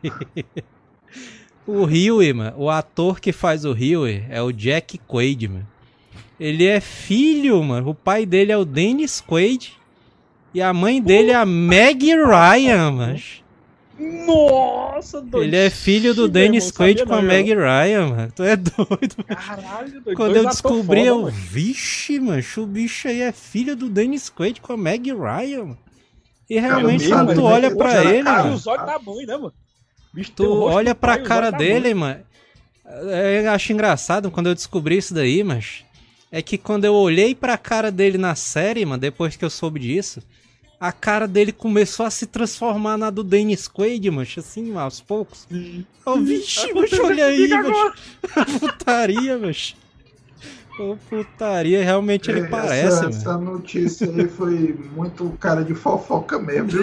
O Huey, mano, o ator que faz o Huey é o Jack Quaid, mano. Ele é filho, mano. O pai dele é o Dennis Quaid e a mãe dele é a Meg Ryan, mano.
Nossa, doido.
Ele é filho do Dennis Quaid com a Meg Ryan, mano. Tu é doido, mano.
Caralho, doido.
Quando eu descobri, vixe, mano, o bicho aí é filho do Dennis Quaid com a Meg Ryan, mano. E realmente, quando tu olha pra ele, mano.
Os olhos da mãe, né, mano?
Tu olha pra cara dele, mano. Eu acho engraçado quando eu descobri isso daí, mas é que quando eu olhei pra cara dele na série, mano, depois que eu soube disso, a cara dele começou a se transformar na do Dennis Quaid, mano, assim, aos poucos. Vixe, mano, olha aí, mano. Putaria, mano. Putaria, realmente ele parece, mano.
Essa notícia aí foi muito cara de fofoca mesmo, viu?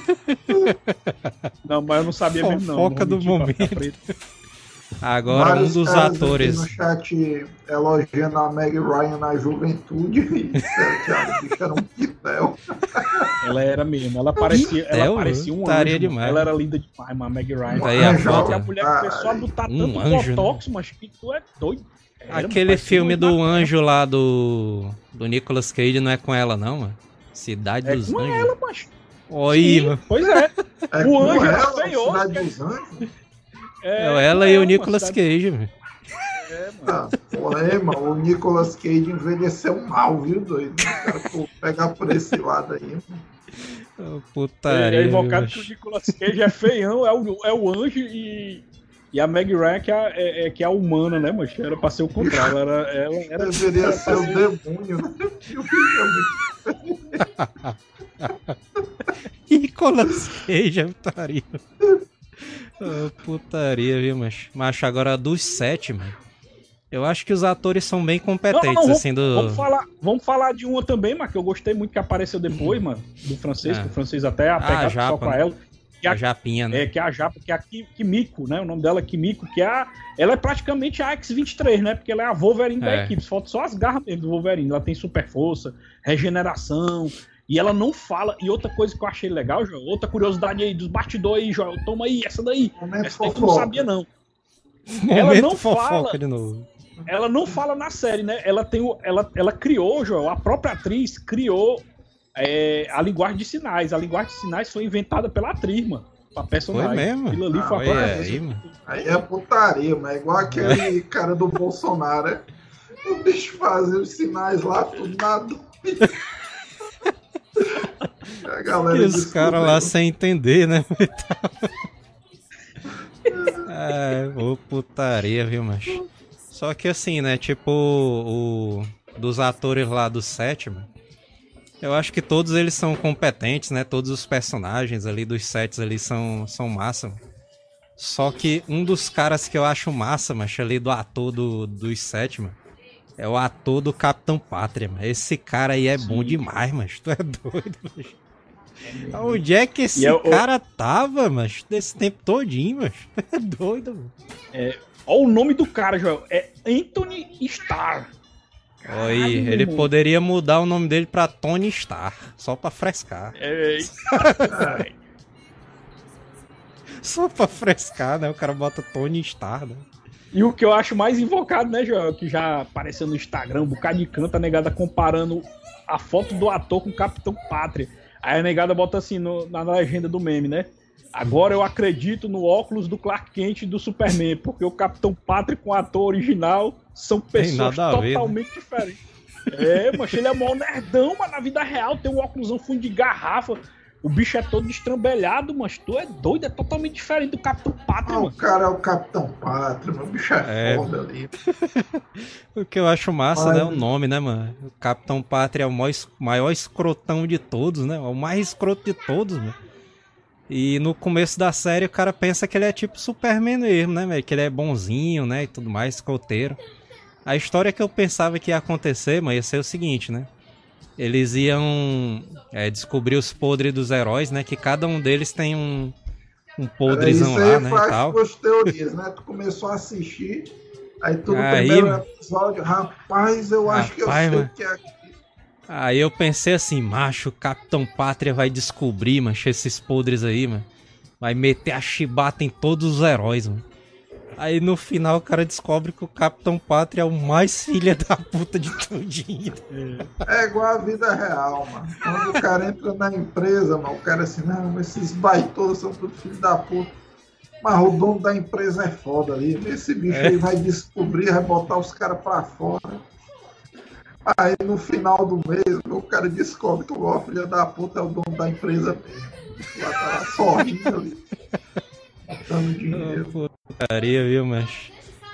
Não, mas eu não sabia mesmo, não.
Fofoca do momento. Agora, um dos atores.
No chat elogiando a Meg Ryan na juventude. E que a bicha era um pitel.
Ela era mesmo, ela parecia um anjo.
Demais.
Ela era linda demais, a Meg Ryan.
Aí a
foto, a mulher começou a botar tanto botox, mas que tu é doido.
Aquele filme do anjo lá do Nicolas Cage não é com ela, não, mano? Cidade dos Anjos. É com ela, macho.
Oi, mano. Pois é. O anjo era feioso.
Cidade dos Anjos?
Ela e o Nicolas Cage, velho.
Mano, o Nicolas Cage envelheceu mal, viu, doido? O cara pegar por esse lado aí, mano.
Putaria.
É invocado que o Nicolas Cage é feião, é o anjo e a Meg Ryan que é a humana, né, mas era pra ser o contrário. Ela
deveria ser o demônio,
né? Nicolas Cage é putaria. Putaria, viu, macho? Agora dos 7, mano. Eu acho que os atores são bem competentes, assim,
Vamos falar de uma também, mano, que eu gostei muito, que apareceu depois, mano, do francês, que o francês até apegado só pra ela.
A Japinha, né?
Que é a Japa, que é a Kimiko, né? O nome dela é Kimiko, ela é praticamente a X-23, né? Porque ela é a Wolverine da equipe. Falta só as garras mesmo do Wolverine. Ela tem super força, regeneração. E ela não fala. E outra coisa que eu achei legal, Joel, outra curiosidade aí dos bastidores aí, Joel. Toma aí, essa daí. Essa daí tu não sabia, não. Ela não fala. De novo. Ela não fala na série, né? Ela criou, Joel, a própria atriz criou a linguagem de sinais. A linguagem de sinais foi inventada pela atriz, mano. Pra personagem.
Foi mesmo?
Aquilo ali foi
aí é putaria, mas é igual aquele cara do Bolsonaro, né? O bicho fazia os sinais lá, tudo nada.
E os caras lá sem entender, né? Putaria, viu, macho? Só que assim, né? Tipo, dos atores lá do 7, mano, eu acho que todos eles são competentes, né? Todos os personagens ali dos 7 ali são massa, mano. Só que um dos caras que eu acho massa, macho, ali do ator dos 7, mano, é o ator do Capitão Pátria, mano. Esse cara aí é bom demais, mas tu é doido, macho. Onde é que esse cara tava, mas desse tempo todinho, mas é doido, mano.
Olha o nome do cara, Joel. É Anthony Starr.
Oi, ele poderia mudar o nome dele pra Tony Starr, só pra frescar. Só pra frescar, né? O cara bota Tony Starr, né?
E o que eu acho mais invocado, né, Joel, que já apareceu no Instagram, um bocado de canto, a negada comparando a foto do ator com o Capitão Pátria. Aí a negada bota assim na legenda do meme, né? Agora eu acredito no óculos do Clark Kent e do Superman, porque o Capitão Pátria com o ator original são pessoas totalmente diferentes. Mas ele é mó nerdão, mas na vida real tem um óculosão fundo de garrafa. O bicho é todo destrambelhado, mas tu é doido, é totalmente diferente do Capitão Pátria, mano.
O cara é o Capitão Pátria, o bicho é foda ali.
O que eu acho massa, né, o nome, né, mano? O Capitão Pátria é o maior escrotão de todos, né? O mais escroto de todos, mano. E no começo da série o cara pensa que ele é tipo Superman mesmo, né, velho? Que ele é bonzinho, né, e tudo mais, escoteiro. A história que eu pensava que ia acontecer, mas ia ser o seguinte, né? Eles iam descobrir os podres dos heróis, né? Que cada um deles tem um podrezão lá, né?
Faz suas teorias, né? Tu começou a assistir, aí tu no primeiro episódio, rapaz, eu acho que eu sei o que é aqui.
Aí eu pensei assim, macho, o Capitão Pátria vai descobrir, macho, esses podres aí, mano. Vai meter a chibata em todos os heróis, mano. Aí no final o cara descobre que o Capitão Pátria é o mais filha da puta de tudinho.
É igual a vida real, mano. Quando o cara entra na empresa, mano, o cara assim, não, esses baitolas são tudo filho da puta. Mas o dono da empresa é foda ali. Esse bicho aí vai descobrir, vai botar os caras pra fora. Aí no final do mês, o cara descobre que o filho da puta é o dono da empresa mesmo. Lá tá lá sorrindo ali. Botando dinheiro.
Putaria, viu, mas...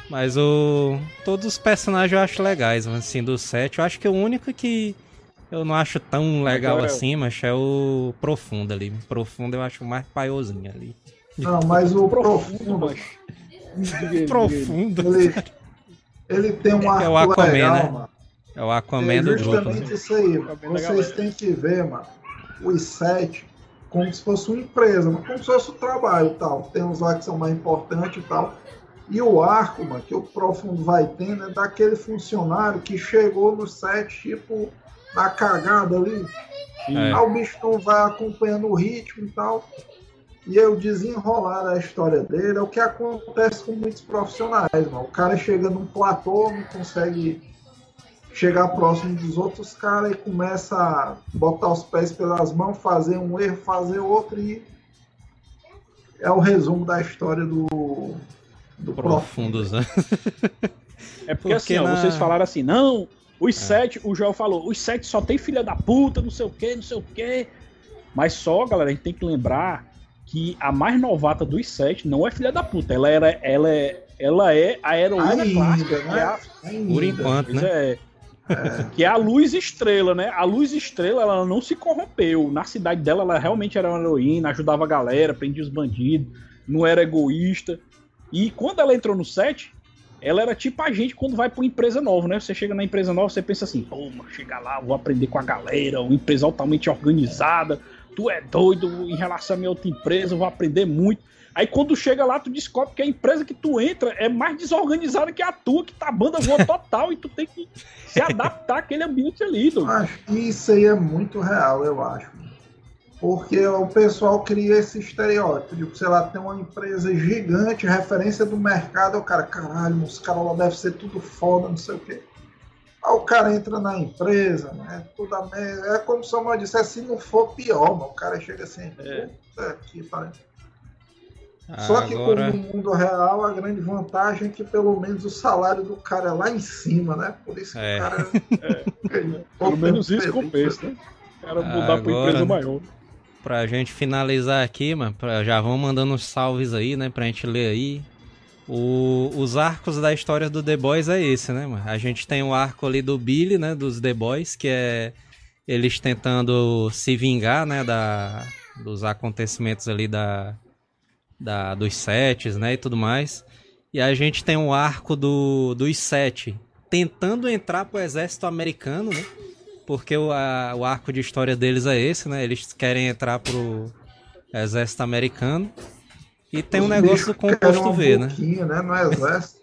Mas todos os personagens eu acho legais, assim, do 7. Eu acho que o único que eu não acho tão legal agora, assim, mas é o Profundo ali. Profundo eu acho mais paiozinho ali.
Não, mas o Profundo...
Profundo.
Ele tem um arco
é o Aquaman,
legal,
né?
Mano.
É o Aquaman do grupo.
Justamente isso aí, mano. Vocês têm que ver, mano, os 7 como se fosse uma empresa, mas como se fosse um trabalho e tal. Tem uns lá que são mais importantes e tal. E o arco, mano, que o Profundo vai tendo é daquele funcionário que chegou no 7, tipo, na cagada ali. Aí o bicho não vai acompanhando o ritmo e tal. E o desenrolar da história dele é o que acontece com muitos profissionais, mano. O cara chega num platô, não consegue chegar próximo dos outros caras e começa a botar os pés pelas mãos, fazer um erro, fazer outro, e é o resumo da história do
Profundos, né?
É porque assim, ó, vocês falaram assim, não, os 7, o Joel falou, os 7 só tem filha da puta, não sei o que, mas só, galera, a gente tem que lembrar que a mais novata dos 7 não é filha da puta, ela é a heroína clássica,
né?
Por enquanto, né?
Que é a Luz Estrela, né? A Luz Estrela, ela não se corrompeu. Na cidade dela, ela realmente era uma heroína, ajudava a galera, prendia os bandidos, não era egoísta. E quando ela entrou no 7, ela era tipo a gente quando vai pra uma empresa nova, né? Você chega na empresa nova, você pensa assim, pô, mano, chegar lá, vou aprender com a galera, uma empresa altamente organizada, tu é doido em relação à minha outra empresa, eu vou aprender muito. Aí quando chega lá, tu descobre que a empresa que tu entra é mais desorganizada que a tua, que tá banda voa total, e tu tem que se adaptar àquele ambiente ali.
Isso aí é muito real, eu acho. Porque o pessoal cria esse estereótipo de, sei lá, tem uma empresa gigante, referência do mercado, o cara, caralho, os caras lá devem ser tudo foda, não sei o quê. Aí o cara entra na empresa, né, é como se eu dissesse, se não for pior, mano, o cara chega assim, puta que pariu. Só que como no mundo real, a grande vantagem é que pelo menos o salário do cara é lá em cima, né? Por isso que o cara...
Pelo menos isso compensa, né? O cara mudar pra empresa maior.
Pra gente finalizar aqui, mano, já vão mandando uns salves aí, né? Pra gente ler aí. Os arcos da história do The Boys é esse, né, mano? A gente tem o arco ali do Billy, né? Dos The Boys, que é eles tentando se vingar, né? Dos acontecimentos ali dos 7, né, e tudo mais. E a gente tem um arco dos 7 tentando entrar pro exército americano, né? Porque o arco de história deles é esse, né? Eles querem entrar pro exército americano. E tem um negócio do composto V, né?
No exército.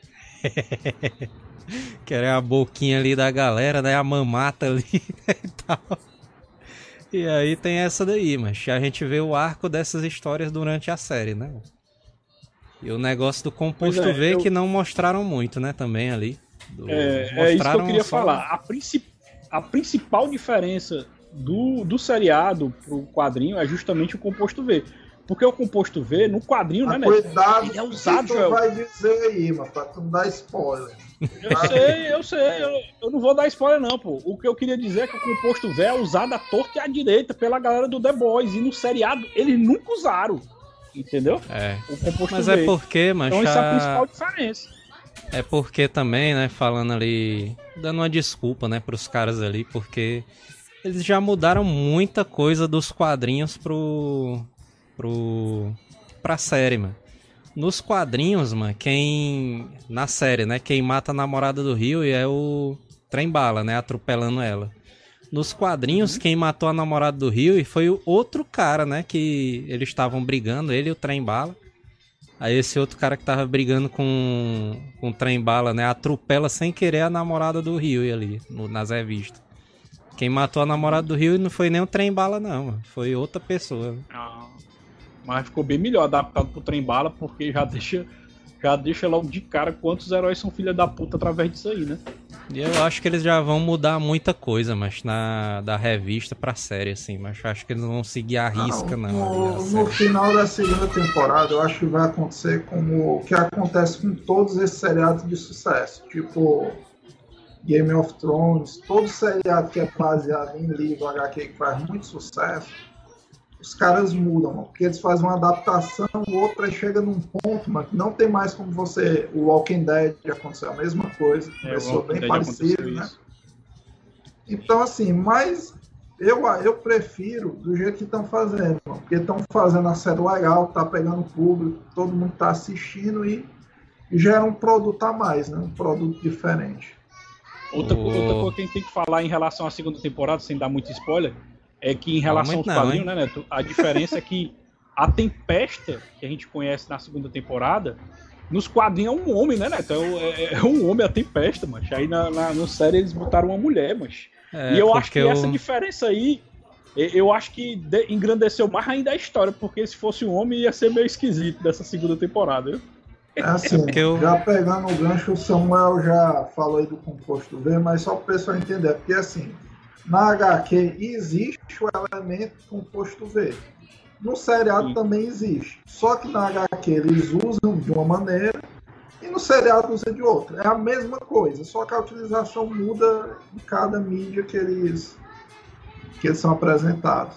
Querem a boquinha ali da galera, né? A mamata ali, né, e tal. E aí tem essa daí, mas a gente vê o arco dessas histórias durante a série, né? E o negócio do composto V que não mostraram muito, né? Também ali.
É isso que eu queria falar. A principal diferença do seriado pro quadrinho é justamente o composto V. Porque o composto V, no quadrinho, né,
cuidado,
ele é usado,
que tu vai dizer aí, mano, pra tu não dar spoiler.
Eu sei, eu não vou dar spoiler não, pô. O que eu queria dizer é que o composto V é usado à torta e à direita pela galera do The Boys, e no seriado eles nunca usaram, entendeu? O composto
mas
V.
É porque, mas
então isso é a principal diferença.
É porque também, né, falando ali, dando uma desculpa, né, pros caras ali, porque eles já mudaram muita coisa dos quadrinhos pra série, mano. Nos quadrinhos, mano, na série, né, quem mata a namorada do Rio é o Trem-Bala, né, atropelando ela. Nos quadrinhos, quem matou a namorada do Rio foi o outro cara, né, que eles estavam brigando, ele e o Trem-Bala. Aí esse outro cara que tava brigando com o Trem-Bala, né, atropela sem querer a namorada do Rio ali, nas revistas. Quem matou a namorada do Rio não foi nem o Trem-Bala, não, mano, foi outra pessoa.
Mas ficou bem melhor adaptado pro Trem-Bala, porque já deixa logo de cara quantos heróis são filha da puta através disso aí, né?
E eu acho que eles já vão mudar muita coisa, mas da revista pra série, assim. Mas eu acho que eles não vão seguir a risca, não.
No final da segunda temporada, eu acho que vai acontecer como o que acontece com todos esses seriados de sucesso. Tipo Game of Thrones, todo seriado que é baseado em livro HQ que faz muito sucesso, os caras mudam, mano, porque eles fazem uma adaptação, outra chega num ponto, mano, que não tem mais como você... O Walking Dead aconteceu a mesma coisa, começou bem parecido, né? Então, assim, mas eu prefiro do jeito que estão fazendo, mano, porque estão fazendo a série legal, tá pegando público, todo mundo tá assistindo e gera um produto a mais, né? Um produto diferente.
Outra coisa que a gente tem que falar em relação à segunda temporada, sem dar muito spoiler, é que em relação aos quadrinhos, né, Neto? A diferença é que a Tempesta, que a gente conhece na segunda temporada, nos quadrinhos é um homem, né, Neto? É um homem a Tempesta, mas aí na série eles botaram uma mulher, mas. E eu acho que essa diferença aí, eu acho que engrandeceu mais ainda a história, porque se fosse um homem ia ser meio esquisito dessa segunda temporada, viu?
É assim, já pegando o gancho, o Samuel já falou aí do composto V, mas só para o pessoal entender, porque assim, na HQ existe o elemento composto V. No seriado também existe. Só que na HQ eles usam de uma maneira e no seriado usa de outra. É a mesma coisa, só que a utilização muda em cada mídia que eles são apresentados.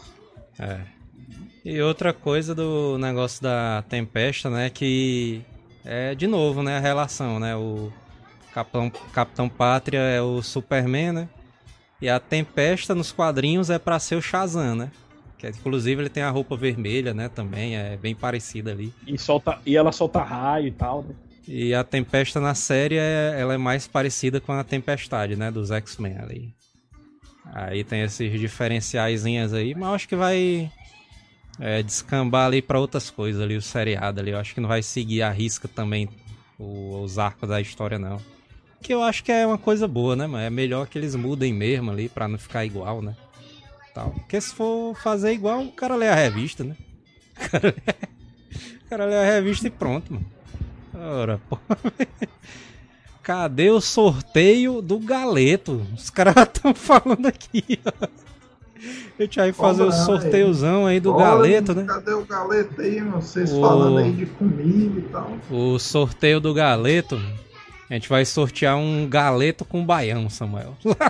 E outra coisa do negócio da Tempesta, né, que é de novo, né, a relação, né, o Capitão Pátria é o Superman, né, e a Tempesta nos quadrinhos é pra ser o Shazam, né, que inclusive ele tem a roupa vermelha, né, também, é bem parecida ali.
E ela solta raio e tal, né.
E a Tempesta na série, ela é mais parecida com a Tempestade, né, dos X-Men ali. Aí tem esses diferenciaizinhos aí, mas eu acho que vai descambar ali pra outras coisas ali, o seriado ali. Eu acho que não vai seguir a risca também os arcos da história, não. Que eu acho que é uma coisa boa, né, mano? É melhor que eles mudem mesmo ali, pra não ficar igual, né? Tal. Porque se for fazer igual, o cara lê a revista, né? O cara lê a revista e pronto, mano. Ora, pô. Cadê o sorteio do Galeto? Os caras estão falando aqui, ó. A gente vai fazer o sorteiozão aí do Galeto, né?
Cadê o Galeto aí, vocês falando aí de comida e tal?
O sorteio do Galeto, a gente vai sortear um Galeto com baião, Samuel.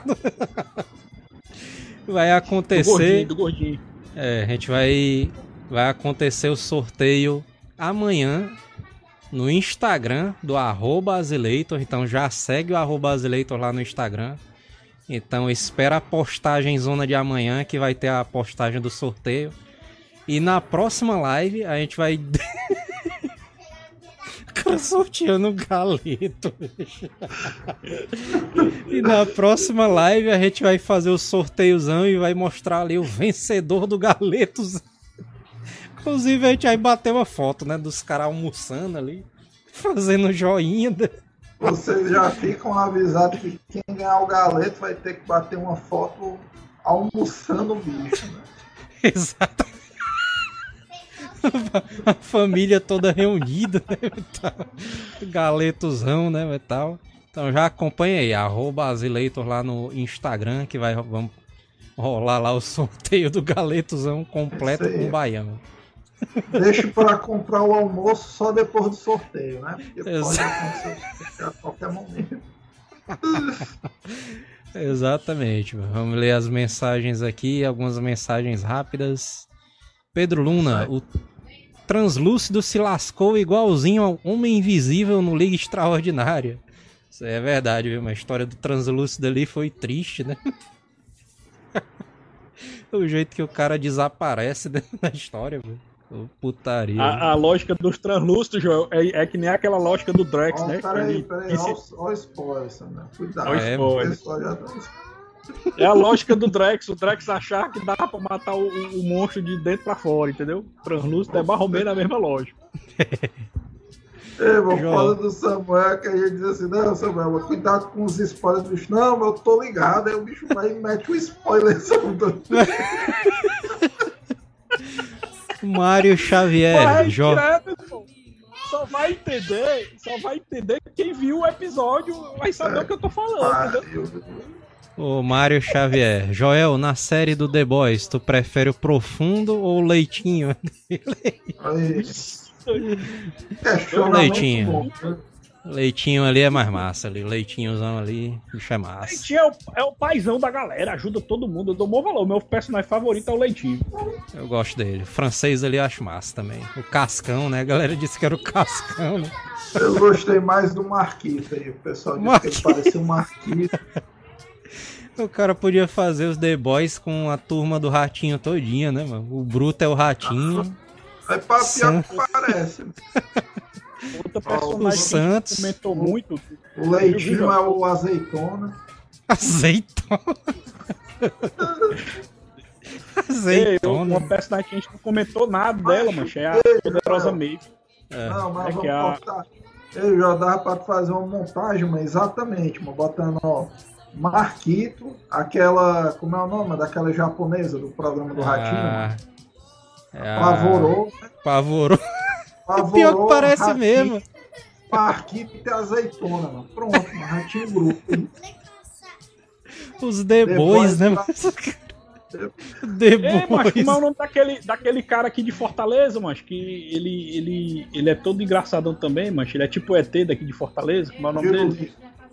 Vai acontecer...
Do gordinho.
A gente vai acontecer o sorteio amanhã no Instagram do @Azileitor. Então já segue o @Azileitor lá no Instagram. Então espera a postagem zona de amanhã, que vai ter a postagem do sorteio. E na próxima live a gente vai... O cara sorteando o Galeto, bicho. E na próxima live a gente vai fazer o sorteiozão e vai mostrar ali o vencedor do Galetos. Inclusive a gente vai bater uma foto, né, dos caras almoçando ali, fazendo joinha.
Vocês já ficam avisados que quem ganhar o Galeto vai ter que bater uma foto almoçando o bicho, né?
Exato. A família toda reunida, né? Galetozão, né? E tal. Então já acompanha aí, @Azileitor lá no Instagram, que vamos rolar lá o sorteio do Galetozão completo com baião.
Deixa para comprar o almoço só depois do sorteio, né? Porque pode acontecer a qualquer momento.
Exatamente. Vamos ler as mensagens aqui, algumas mensagens rápidas. Pedro Luna, o Translúcido se lascou igualzinho ao Homem Invisível no Liga Extraordinária. Isso é verdade, viu? Mas a história do Translúcido ali foi triste, né? O jeito que o cara desaparece dentro da história, velho. Putaria.
A lógica dos translúcidos, Joel, é que nem aquela lógica do Drax, né?
Peraí, olha o spoiler, Samuel. Cuidado.
É a lógica do Drax. O Drax achar que dá pra matar o monstro de dentro pra fora, entendeu? Translúcido é mais ou menos a mesma lógica.
Fala do Samuel, que a gente diz assim, não, Samuel, cuidado com os spoilers do bicho. Não, eu tô ligado. Aí o bicho vai e mete um spoiler.
Mário Xavier,
só vai entender quem viu o episódio, vai saber o que eu tô falando, entendeu?
O Mário Xavier, Joel, na série do The Boys, tu prefere o profundo ou o leitinho?
O leitinho.
Leitinho ali é mais massa ali. Leitinhozão ali, bicho é massa.
Leitinho é o paizão da galera, ajuda todo mundo. Eu dou bom valor. Meu personagem favorito é o Leitinho.
Eu gosto dele. O francês ali eu acho massa também. O Cascão, né? A galera disse que era o Cascão, né?
Eu gostei mais do Marquito aí. O pessoal disse que ele parecia um Marquito.
O cara podia fazer os The Boys com a turma do Ratinho todinha, né, mano? O Bruto é o Ratinho.
É pra pior que parece.
Outra personagem
o Santos
comentou muito.
O Leitinho é o Azeitona.
Azeitona. Azeitona.
Uma personagem que a gente não comentou nada dela, mancha. É a Poderosa Maeve.
Não, mas vamos postar. Eu já dava pra fazer uma montagem, mas exatamente, mas botando, ó, Marquito, aquela. Como é o nome? Daquela japonesa do programa do Ratinho. Pavorou.
Pavorou. Pior que parece Ratinho, mesmo.
Marquito e Azeitona, mano. Pronto, mano. Ratinho grupo.
Os The Boys, né? The Boys.
Mas como é o nome daquele cara aqui de Fortaleza, mas que ele é todo engraçadão também, mas ele é tipo o ET daqui de Fortaleza. Como é o nome dele?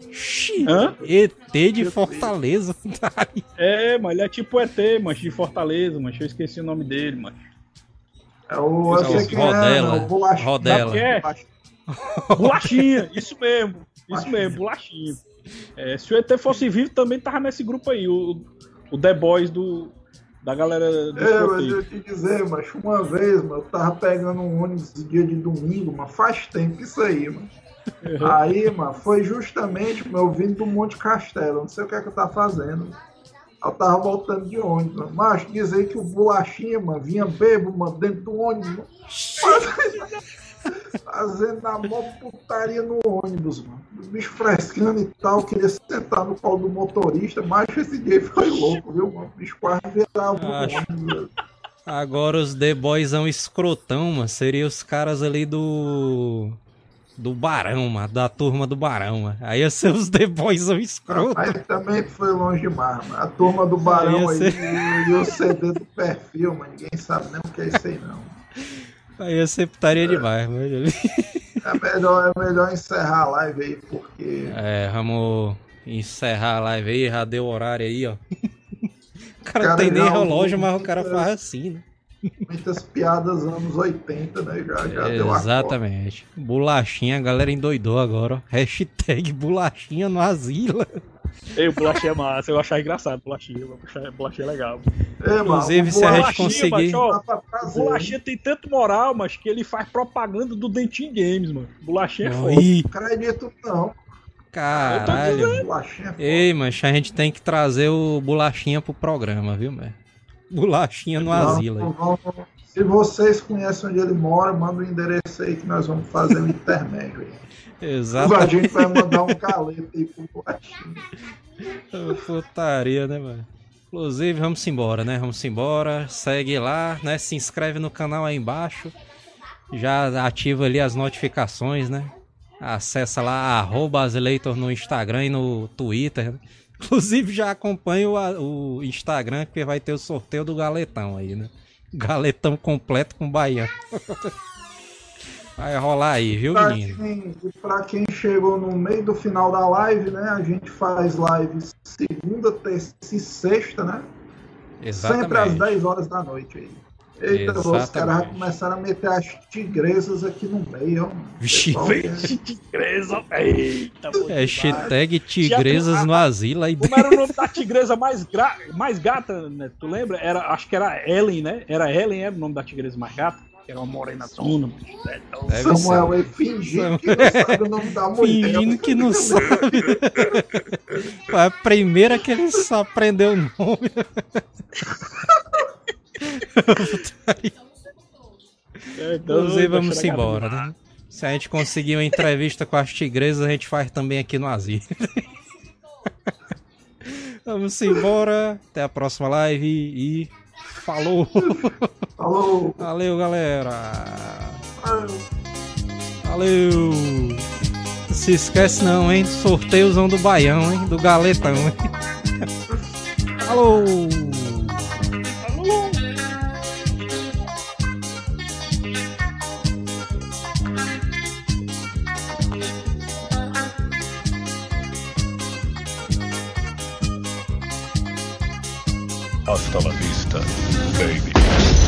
ET de Fortaleza.
Mas ele é tipo ET, mas de Fortaleza, mas eu esqueci o nome dele, mas.
Eu sei que
Rodela.
Rodela. Bolachinha, isso mesmo, Bolachinha. Se o ET fosse vivo, também tava nesse grupo aí, o The Boys da galera do
mas eu te dizer, mas uma vez, mano, eu tava pegando um ônibus dia de domingo, mas faz tempo isso aí, mano. Uhum. Aí, mano, foi justamente, eu vindo do Monte Castelo, não sei o que é que eu tava fazendo. Eu tava voltando de ônibus, mano. Mas diz aí que o Bolachinha, mano, vinha bêbado, mano, dentro do ônibus, mano. Fazendo a maior putaria no ônibus, mano. O bicho frescando e tal, queria sentar no colo do motorista, mas esse dia foi louco, viu, mano? O bicho quase virava o ônibus.
Agora os The Boysão escrotão, mano, seriam os caras ali do Barão, mano, da turma do Barão, mano. Aí ia ser os The Boysão escroto.
Aí também foi longe demais, mano. A turma do Barão aí e o CD do perfil, mano. Ninguém sabe nem o que é isso aí, não.
Aí ia ser putaria demais, mano.
É melhor encerrar a live aí, porque...
vamos encerrar a live aí, já deu horário aí, ó. O cara não tem nem relógio, mas o cara faz assim, né?
Muitas piadas anos 80, né? Já deu a
exatamente. Bolachinha, a galera endoidou agora, ó. Hashtag bolachinha no asilo.
O Bolachinha é massa, eu achava engraçado Bolachinha é legal.
Inclusive, se a gente conseguir...
O Bolachinha tem tanto moral, mas que ele faz propaganda do Dentinho Games, mano. Bolachinha é foda.
Não acredito não.
Caralho. Ei, mas a gente tem que trazer o Bolachinha pro programa, viu, mano? Bolachinha no asilo aí.
Se vocês conhecem onde ele mora, manda o endereço aí que nós vamos fazer um intermédio aí.
Exato.
A gente vai mandar um galeto aí pro Bolachinha.
Putaria, né, mano? Inclusive, vamos embora, né? Vamos embora. Segue lá, né? Se inscreve no canal aí embaixo. Já ativa ali as notificações, né? Acessa lá @Azileitor no Instagram e no Twitter, né? Inclusive já acompanha o Instagram, porque vai ter o sorteio do galetão aí, né? Galetão completo com baiano. Vai rolar aí, viu, menino?
Pra quem chegou no meio do final da live, né? A gente faz lives segunda, terça e sexta, né?
Exatamente.
Sempre às 10 horas da noite aí. Eita, os caras já começaram a meter as tigresas aqui no meio, ó.
Vixe,
tigresa, eita.
Hashtag tigresas no asilo aí.
Como era o nome da tigresa mais gata, né? Tu lembra? Acho que era Ellen, né? Era o nome da tigresa mais gata. Que era uma morena zona.
Samuel aí fingindo que não sabe o nome da mulher.
Fingindo que não sabe. Foi a primeira que ele só aprendeu o nome. Inclusive, vamos embora, né? Se a gente conseguir uma entrevista com as tigresas, a gente faz também aqui no asilo. Vamos embora. Até a próxima live e falou!
Falou!
Valeu, galera! Valeu! Não se esquece não, hein? Sorteiozão do Baião, hein? Do Galetão, hein? Falou!
Hasta la vista, baby.